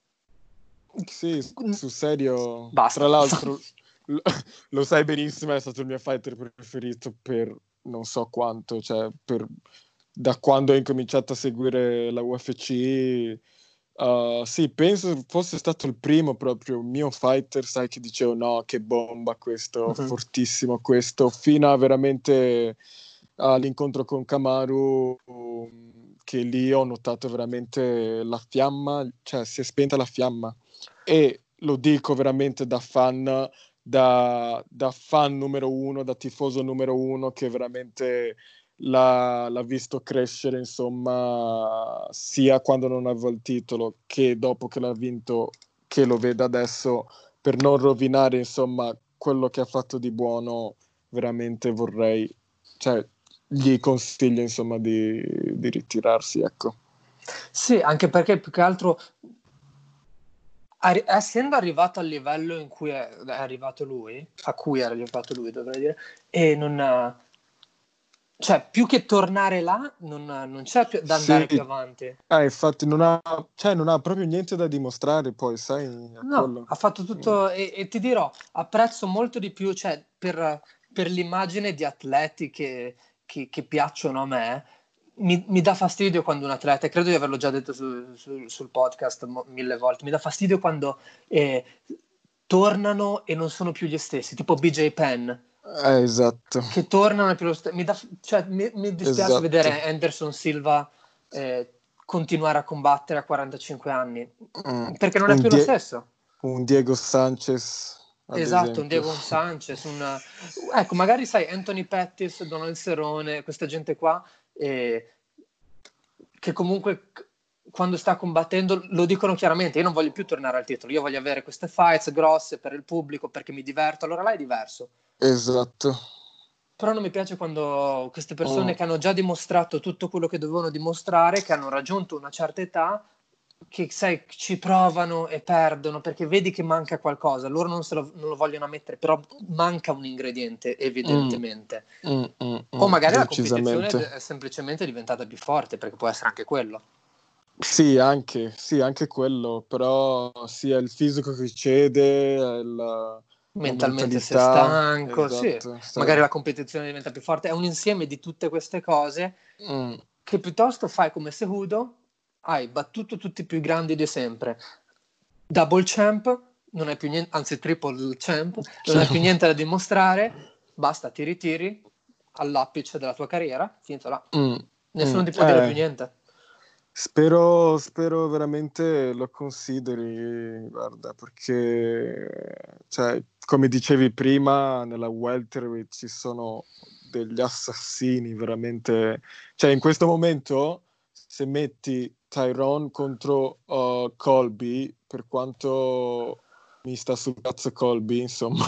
Sì, sul serio. Tra basta. l'altro, lo, lo sai benissimo, è stato il mio fighter preferito per non so quanto, cioè per, da quando ho incominciato a seguire la U F C. Uh, sì, penso fosse stato il primo proprio mio fighter, sai, che dicevo no, che bomba questo, Mhm. fortissimo questo, fino a veramente all'incontro con Kamaru, che lì ho notato veramente la fiamma, cioè si è spenta la fiamma. E lo dico veramente da fan, da, da fan numero uno, da tifoso numero uno, che veramente l'ha, l'ha visto crescere, insomma, sia quando non aveva il titolo che dopo che l'ha vinto, che lo veda adesso, per non rovinare, insomma, quello che ha fatto di buono, veramente vorrei, cioè, gli consiglio, insomma, di, di ritirarsi, ecco. Sì, anche perché più che altro arri- essendo arrivato al livello in cui è, è arrivato lui, a cui è arrivato lui, dovrei dire, e non ha, cioè più che tornare là, non, non c'è più da Sì, andare più avanti. ah, infatti non ha, cioè, non ha proprio niente da dimostrare, poi, sai, a No, quello. ha fatto Mm. tutto e, e ti dirò, apprezzo molto di più, cioè per, per l'immagine di atleti che, che- che piacciono a me, mi, mi dà fastidio quando un atleta, e credo di averlo già detto su- su- sul podcast mo- mille volte, mi dà fastidio quando eh, tornano e non sono più gli stessi, tipo B J Penn, Eh, esatto, che tornano e più lo stesso. Mi, dà- cioè, mi, mi dispiace esatto. vedere Anderson Silva eh, continuare a combattere a quarantacinque anni, Mm. perché non è Un, più lo Die- stesso. un Diego Sanchez, ad Esatto, un esempio. Diego Sanchez, un... ecco, magari sai Anthony Pettis, Donald Cerrone, questa gente qua, eh, che comunque c- quando sta combattendo lo dicono chiaramente, io non voglio più tornare al titolo, io voglio avere queste fights grosse per il pubblico perché mi diverto, allora là è diverso. Esatto. Però non mi piace quando queste persone Mm. che hanno già dimostrato tutto quello che dovevano dimostrare, che hanno raggiunto una certa età, che sai, ci provano e perdono perché vedi che manca qualcosa. Loro non, se lo, non lo vogliono ammettere, però manca un ingrediente, Mm, evidentemente. mm, mm, O mm, magari la competizione decisamente. è semplicemente diventata più forte, perché può essere anche quello. Sì, anche, sì, anche quello, però sia il fisico che cede, eh, la, la Mentalmente sei mentalità, stanco, sì. esatto, sai. Magari la competizione diventa più forte. È un insieme di tutte queste cose Mm, che piuttosto fai come Cejudo, hai battuto tutti i più grandi di sempre. Double champ, non hai più niente, anzi triple champ, non hai più cioè, niente da dimostrare, basta, ti ritiri all'apice della tua carriera, finito là. mm, Nessuno mm, ti può dire più eh, niente. spero, spero veramente lo consideri, guarda, perché, cioè, come dicevi prima, nella welterweight ci sono degli assassini, veramente. Cioè, in questo momento, se metti Tyrone contro uh, Colby, per quanto mi sta sul cazzo Colby, insomma,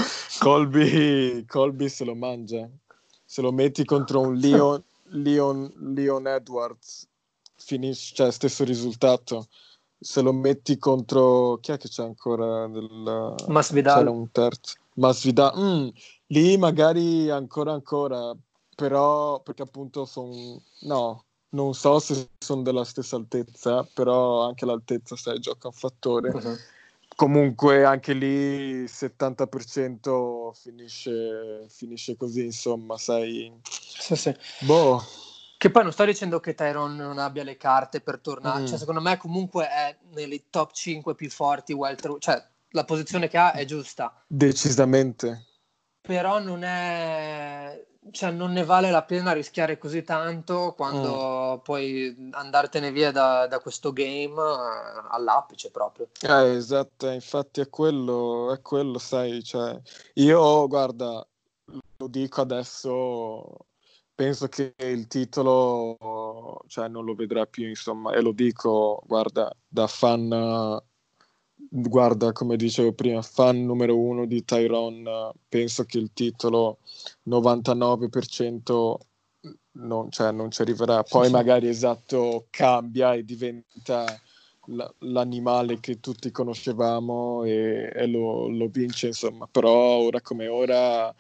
Colby, Colby se lo mangia. Se lo metti contro un Sì. Leon, Leon, Leon Edwards, finisce, cioè stesso risultato. Se lo metti contro chi è che c'è ancora del, c'era Masvidal. un terzo Masvidal, mm, lì magari ancora ancora, però perché appunto sono, no, non so se sono della stessa altezza, però anche l'altezza sai gioca un fattore. Uh-huh. Comunque anche lì il settanta per cento finisce, finisce così, insomma, sai. Sì, sì. Boh. Che poi non sto dicendo che Tyron non abbia le carte per tornare, cioè Mm. secondo me comunque è nei top cinque più forti welter, cioè la posizione che ha è giusta, Decisamente. però non è, cioè non ne vale la pena rischiare così tanto Mm. quando puoi andartene via da, da questo game eh, all'apice proprio. Eh, esatto, infatti è quello, è quello, sai, cioè, io, guarda, lo dico adesso, penso che il titolo, cioè, non lo vedrà più, insomma, e lo dico, guarda, da fan, eh, guarda, come dicevo prima, fan numero uno di Tyrone, eh, penso che il titolo novantanove per cento non, cioè, non ci arriverà. Sì, Poi sì. magari, esatto, cambia e diventa l- l'animale che tutti conoscevamo e, e lo, lo vince, insomma, però ora come ora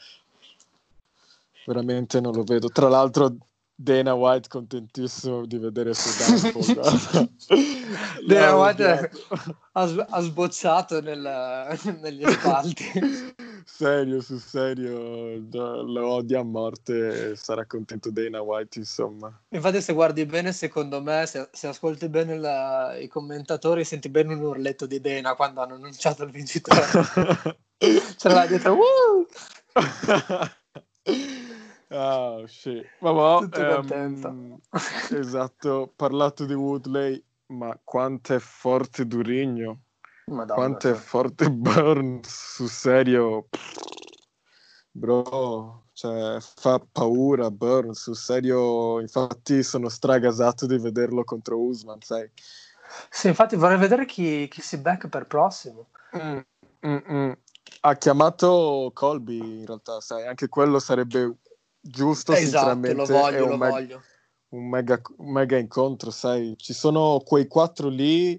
veramente non lo vedo. Tra l'altro Dana White contentissimo di vedere suo downfall, guarda. Dana L'ha White odiato. ha, s- ha sbocciato nel- negli spalti. Serio, sul serio, da- lo odia a morte e sarà contento Dana White, insomma. Infatti, se guardi bene, secondo me, se, se ascolti bene la- i commentatori, senti bene un urletto di Dana quando hanno annunciato il vincitore. C'era là dietro, "Woo!" Ah, sì. Vabbè, Tutto contento. ehm, esatto, parlato di Woodley, ma quanto è forte Durigno, Madonna, quanto è sì. forte Burns, sul serio, bro, cioè, fa paura Burns, sul serio, infatti sono stragasato di vederlo contro Usman, sai. Sì, infatti vorrei vedere chi, chi si becca per prossimo. Mm, mm, mm. Ha chiamato Colby in realtà, sai, anche quello sarebbe giusto, Esatto, lo sinceramente, è voglio, un, lo me- voglio. un mega, un mega incontro, sai, ci sono quei quattro lì,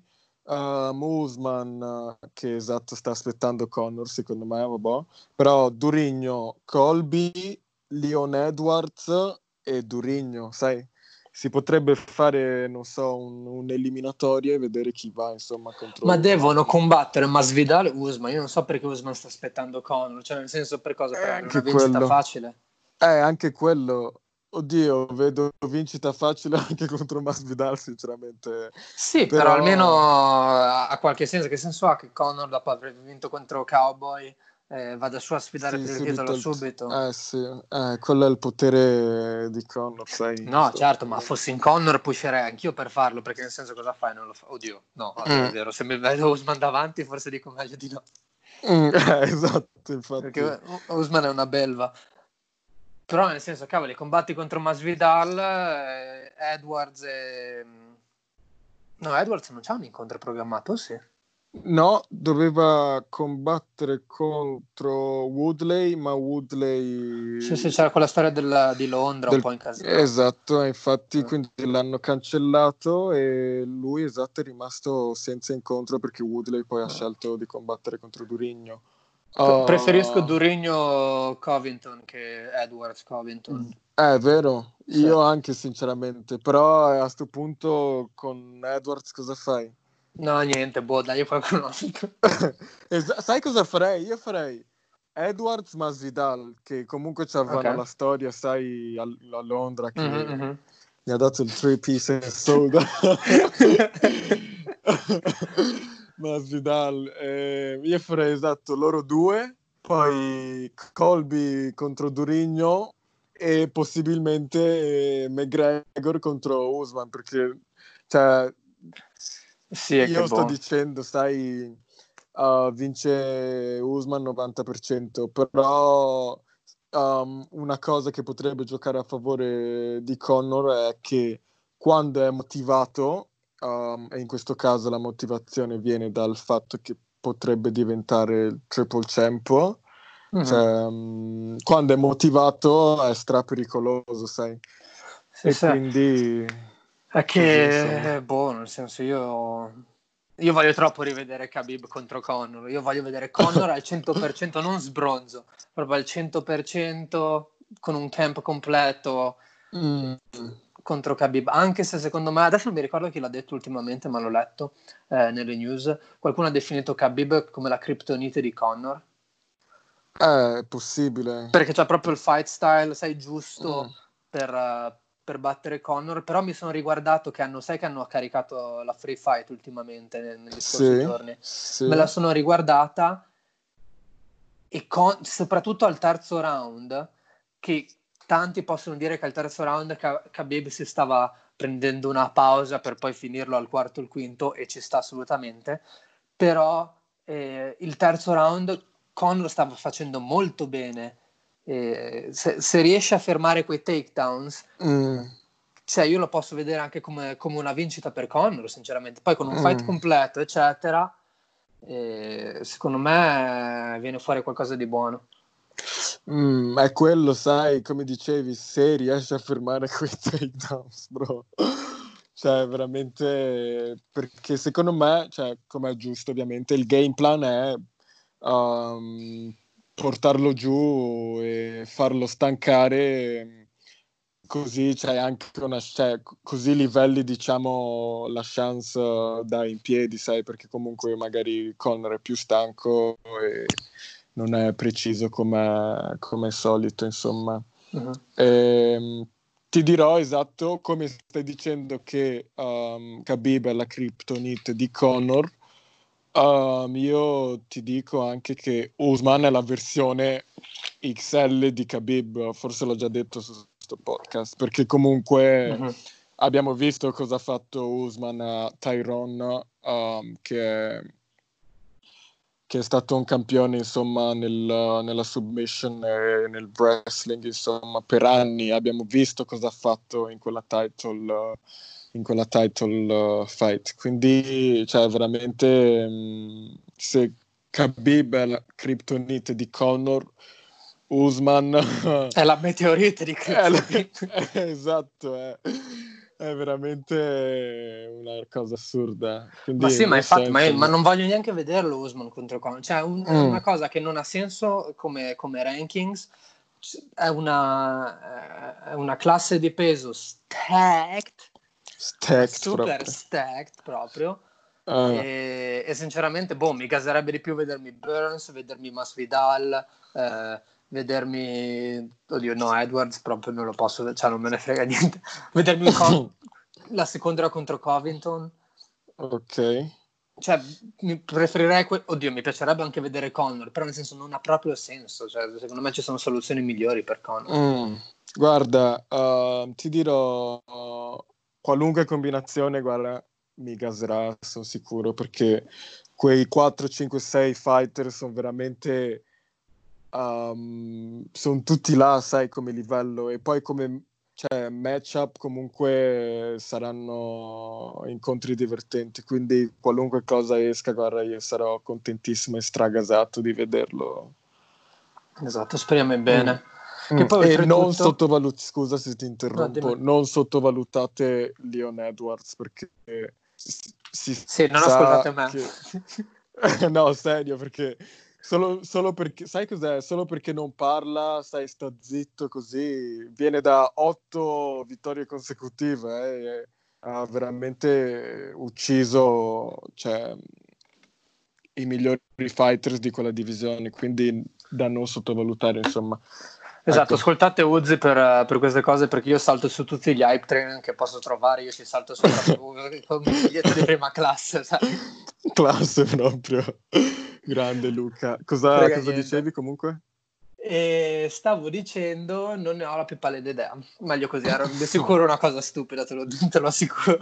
um, Usman, uh, che esatto sta aspettando Conor, secondo me, vabbè. Però Durigno, Colby, Leon Edwards e Durigno, sai? Si potrebbe fare, non so, un, un'eliminatoria e vedere chi va, insomma, contro Ma Usman. devono combattere Masvidal e Usman. Io non so perché Usman sta aspettando Conor, cioè nel senso per cosa? E Per avere una anche vincita quello. facile? Eh, anche quello. Oddio, vedo vincita facile anche contro Masvidal, sinceramente. Sì, però almeno Però... ha qualche senso. Che senso ha che Conor, dopo aver vinto contro Cowboy, eh, vada su a sfidare Sì, per il subito titolo il... subito? Eh sì, eh, quello è il potere di Conor, sai? No, Sto- certo, ma fossi in Conor pusherei anch'io per farlo, perché nel senso cosa fai? Non lo fa. Oddio, no, a dire il Mm, vero, se mi vedo Usman davanti forse dico meglio di no, mm, eh, esatto, perché infatti. Usman è una belva. Però nel senso, cavoli, combatti contro Masvidal, eh, Edwards e... No, Edwards non c'ha un incontro programmato, sì. No, doveva combattere contro Woodley, ma Sì, sì, Woodley... c'era quella storia del- di Londra un Del... po' incasinata. Esatto, infatti Mm. quindi l'hanno cancellato e lui esatto è rimasto senza incontro perché Woodley poi ha Mm. scelto di combattere contro Durigno. Preferisco Uh, Durigno Covington che Edwards Covington. è vero, Sì. io anche sinceramente, però a sto punto con Edwards cosa fai? No, niente, boh, dai qualcun altro. Es- sai cosa farei? Io farei Edwards Masvidal, che comunque Ok. c'avevano la storia, sai, a, a Londra Mhm, che mhm. mi ha dato il three piece soda. Masvidal, eh, io farei esatto loro due, poi Colby contro Durigno e possibilmente eh, McGregor contro Usman, perché cioè, Sì, è che io sto boh. dicendo, sai, uh, vince Usman novanta per cento, però um, una cosa che potrebbe giocare a favore di Conor è che quando è motivato, um, e in questo caso la motivazione viene dal fatto che potrebbe diventare il triple champ, Mhm. cioè, um, quando è motivato è stra pericoloso, sai? Sì, E sì. quindi È così, insomma. che, boh, nel senso io... Io voglio troppo rivedere Khabib contro Conor. Io voglio vedere Conor al cento per cento, non sbronzo, proprio al cento per cento con un camp completo Mm. contro Khabib. Anche se secondo me, adesso non mi ricordo chi l'ha detto ultimamente, ma l'ho letto eh, nelle news. Qualcuno ha definito Khabib come la criptonite di Conor. È possibile. Perché c'è proprio il fight style, sai, Mm. giusto per, uh, per battere Conor. Però mi sono riguardato che hanno, sai che hanno caricato la free fight ultimamente ne- negli scorsi Sì, giorni. Me sì. la sono riguardata e con- soprattutto al terzo round, che tanti possono dire che al terzo round Ka- Khabib si stava prendendo una pausa per poi finirlo al quarto o il quinto, e ci sta assolutamente, però eh, il terzo round Conor lo stava facendo molto bene. Eh, se, se riesce a fermare quei takedowns, Mm, cioè io lo posso vedere anche come, come una vincita per Conor, sinceramente. Poi con un fight mm, completo, eccetera, eh, secondo me viene fuori qualcosa di buono. mm, è quello, sai, come dicevi, se riesci a fermare quei takedowns, bro. Cioè, veramente, perché secondo me, cioè, come è giusto, ovviamente, il game plan è um, portarlo giù e farlo stancare. Così c'è anche una, cioè, così livelli, diciamo, la chance uh, da in piedi, sai, perché comunque magari Conor è più stanco e non è preciso come come solito, insomma. Mhm. Ehm, ti dirò esatto, come stai dicendo che um, Khabib è la kryptonite di Conor, um, io ti dico anche che Usman è la versione X L di Khabib, forse l'ho già detto su questo podcast, perché comunque Mhm. abbiamo visto cosa ha fatto Usman a Tyrone, um, che è che è stato un campione insomma nel, nella submission e nel wrestling insomma per anni. Abbiamo visto cosa ha fatto in quella title in quella title uh, fight, quindi cioè veramente mh, se Khabib è la kryptonite di Conor, Usman È la meteorite di è la- Kryptonite. esatto, eh. è veramente una cosa assurda. Ma Quindi sì, ma non so, infatti, ma, io- ma insomma. non voglio neanche vederlo Usman contro Conor. Cioè, un- è Mm, una cosa che non ha senso come, come rankings. C- È una, è una classe di peso stacked, ma stacked super proprio. stacked proprio. Ah, E, e sinceramente, boh, mi caserebbe di più vedermi Burns, vedermi Masvidal, eh, vedermi, oddio, no, Edwards proprio non lo posso, cioè non me ne frega niente. Vedermi un co- la seconda contro Covington. ok. Cioè, mi preferirei, que- oddio, mi piacerebbe anche vedere Connor, però nel senso non ha proprio senso, cioè, secondo me ci sono soluzioni migliori per Connor. Mm, guarda, uh, ti dirò uh, qualunque combinazione, guarda, mi gaserà, sono sicuro, perché quei quattro, cinque, sei fighter sono veramente, um, sono tutti là, sai, come livello, e poi come cioè, matchup comunque saranno incontri divertenti, quindi qualunque cosa esca, guarda, io sarò contentissimo e stragasato di vederlo. Esatto, speriamo Mm. bene. Che Mm. poi E non oltretutto, sottovalutate, scusa se ti no, interrompo, dimmi. non sottovalutate Leon Edwards perché si, si Sì, non ascoltate sa me. che... no, serio, perché solo, solo perché, sai cos'è? Solo perché non parla, sai, sta zitto così, viene da otto vittorie consecutive, eh, e ha veramente ucciso, cioè, i migliori fighters di quella divisione, quindi da non sottovalutare, insomma. Esatto, Ecco. ascoltate Uzi per, per queste cose perché io salto su tutti gli hype train che posso trovare, io ci salto sopra come come un biglietto di prima classe, sai? Classe proprio. Grande Luca. Cosa, Frega cosa niente. dicevi comunque? E stavo dicendo, non ne ho la più pallida idea. Meglio così, era di sicuro una cosa stupida, te lo, te lo assicuro.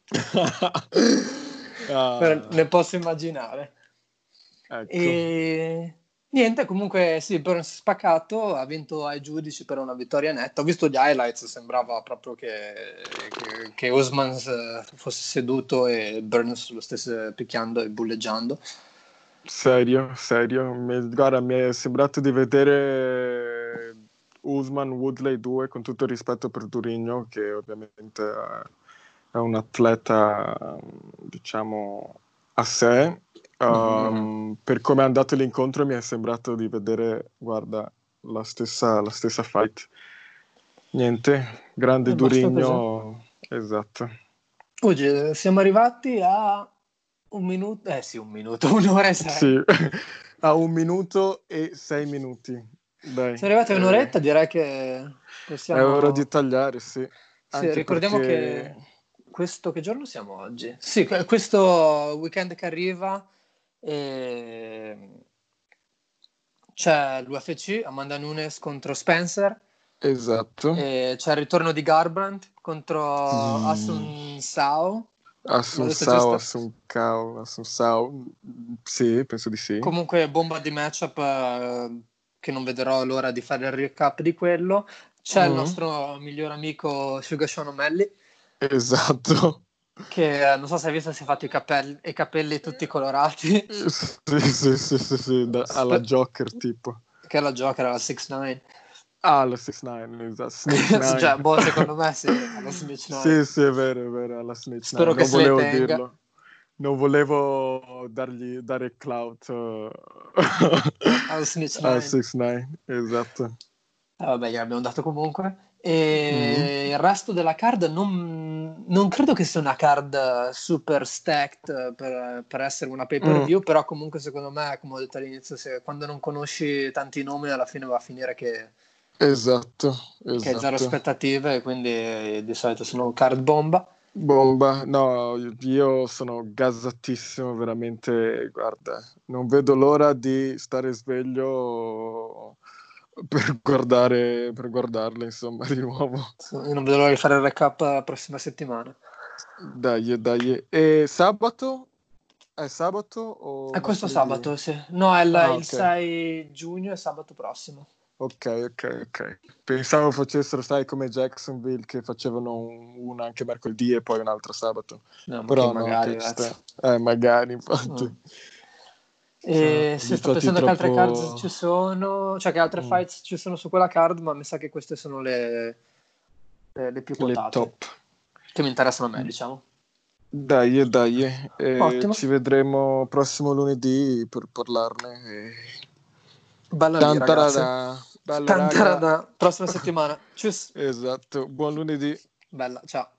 Però Ah, ne posso immaginare. ecco. E niente, comunque sì, Burns spaccato, ha vinto ai giudici per una vittoria netta. Ho visto gli highlights, sembrava proprio che, che, che Usman eh, fosse seduto e Burns lo stesse picchiando e bulleggiando. Serio, serio. Mi- guarda, mi è sembrato di vedere Usman Woodley due, con tutto il rispetto per Durigno, che ovviamente è è un atleta, diciamo, a sé. Mm-hmm. Um, per come è andato l'incontro mi è sembrato di vedere, guarda, la stessa, la stessa fight. Niente, grande E basta così. Durigno, esatto. Oggi siamo arrivati a un minuto, eh sì, un minuto, un'ora e sei. Sì, a un minuto e sei minuti. Dai, Siamo arrivati a eh, un'oretta, direi che è ora di possiamo... tagliare, sì. Sì, Anche ricordiamo perché... che questo, che giorno siamo oggi? Sì, que- questo weekend che arriva eh, c'è l'U F C, Amanda Nunes contro Spencer, Esatto. e c'è il ritorno di Garbrandt contro Mm. Asun Sao, l'ho detto Assunção, giusto? Assuncao, Assunção, sì, penso di sì. Comunque bomba di matchup eh, che non vedrò l'ora di fare il recap di quello. C'è il Mm. nostro miglior amico Sugar Sean O'Malley Esatto. che eh, non so se hai visto si è fatto i capelli, i capelli tutti colorati. Sì, sì, sì, sì, sì, da- alla Spe- Joker tipo. che la Joker alla sei nove. Ah, alla sei nove, esatto. Snitch nove. Cioè, boh, secondo me sì, alla Snitch nove. Sì, sì, è vero, è vero, alla Snitch nove. Spero che Non se le volevo tenga. dirlo. Non volevo dargli, dare clout uh, Alla Snitch a nove. sei nove, esatto. Eh, vabbè, gli abbiamo dato comunque. Mhm. E il resto della card non, non credo che sia una card super stacked per, per essere una pay per Mm, view, però comunque secondo me, come ho detto all'inizio, se, quando non conosci tanti nomi alla fine va a finire che, esatto, che hai zero esatto. aspettative, e quindi di solito sono card bomba. Bomba, no, io sono gasatissimo, veramente, guarda, non vedo l'ora di stare sveglio per guardare, per guardarle, insomma, di nuovo. Io non vedo l'ora di fare il recap la prossima settimana. Dai, dai. E sabato? È sabato o È questo mercoledì? sabato, sì. No, è il, Ah, il ok. sei giugno, è sabato prossimo. Ok, ok, ok. Pensavo facessero, sai, come Jacksonville, che facevano un- una anche mercoledì e poi un'altra sabato. No, ma che Però no, magari, ok, ci ragazzi. sta. Eh, magari, Mm. infatti. Siamo E sì, sto abituati pensando che altre cards troppo... ci sono, cioè che altre Mm, fights ci sono su quella card, ma mi sa che queste sono le, le, le più le quotate. top. che mi interessano a me, diciamo. Dai, dai, eh, Ottimo. ci vedremo prossimo lunedì per parlarne. E... Bella lì, ragazzi. Tantarada, bella raga. Tantarada. Prossima settimana. Tschüss. Esatto, buon lunedì. Bella, ciao.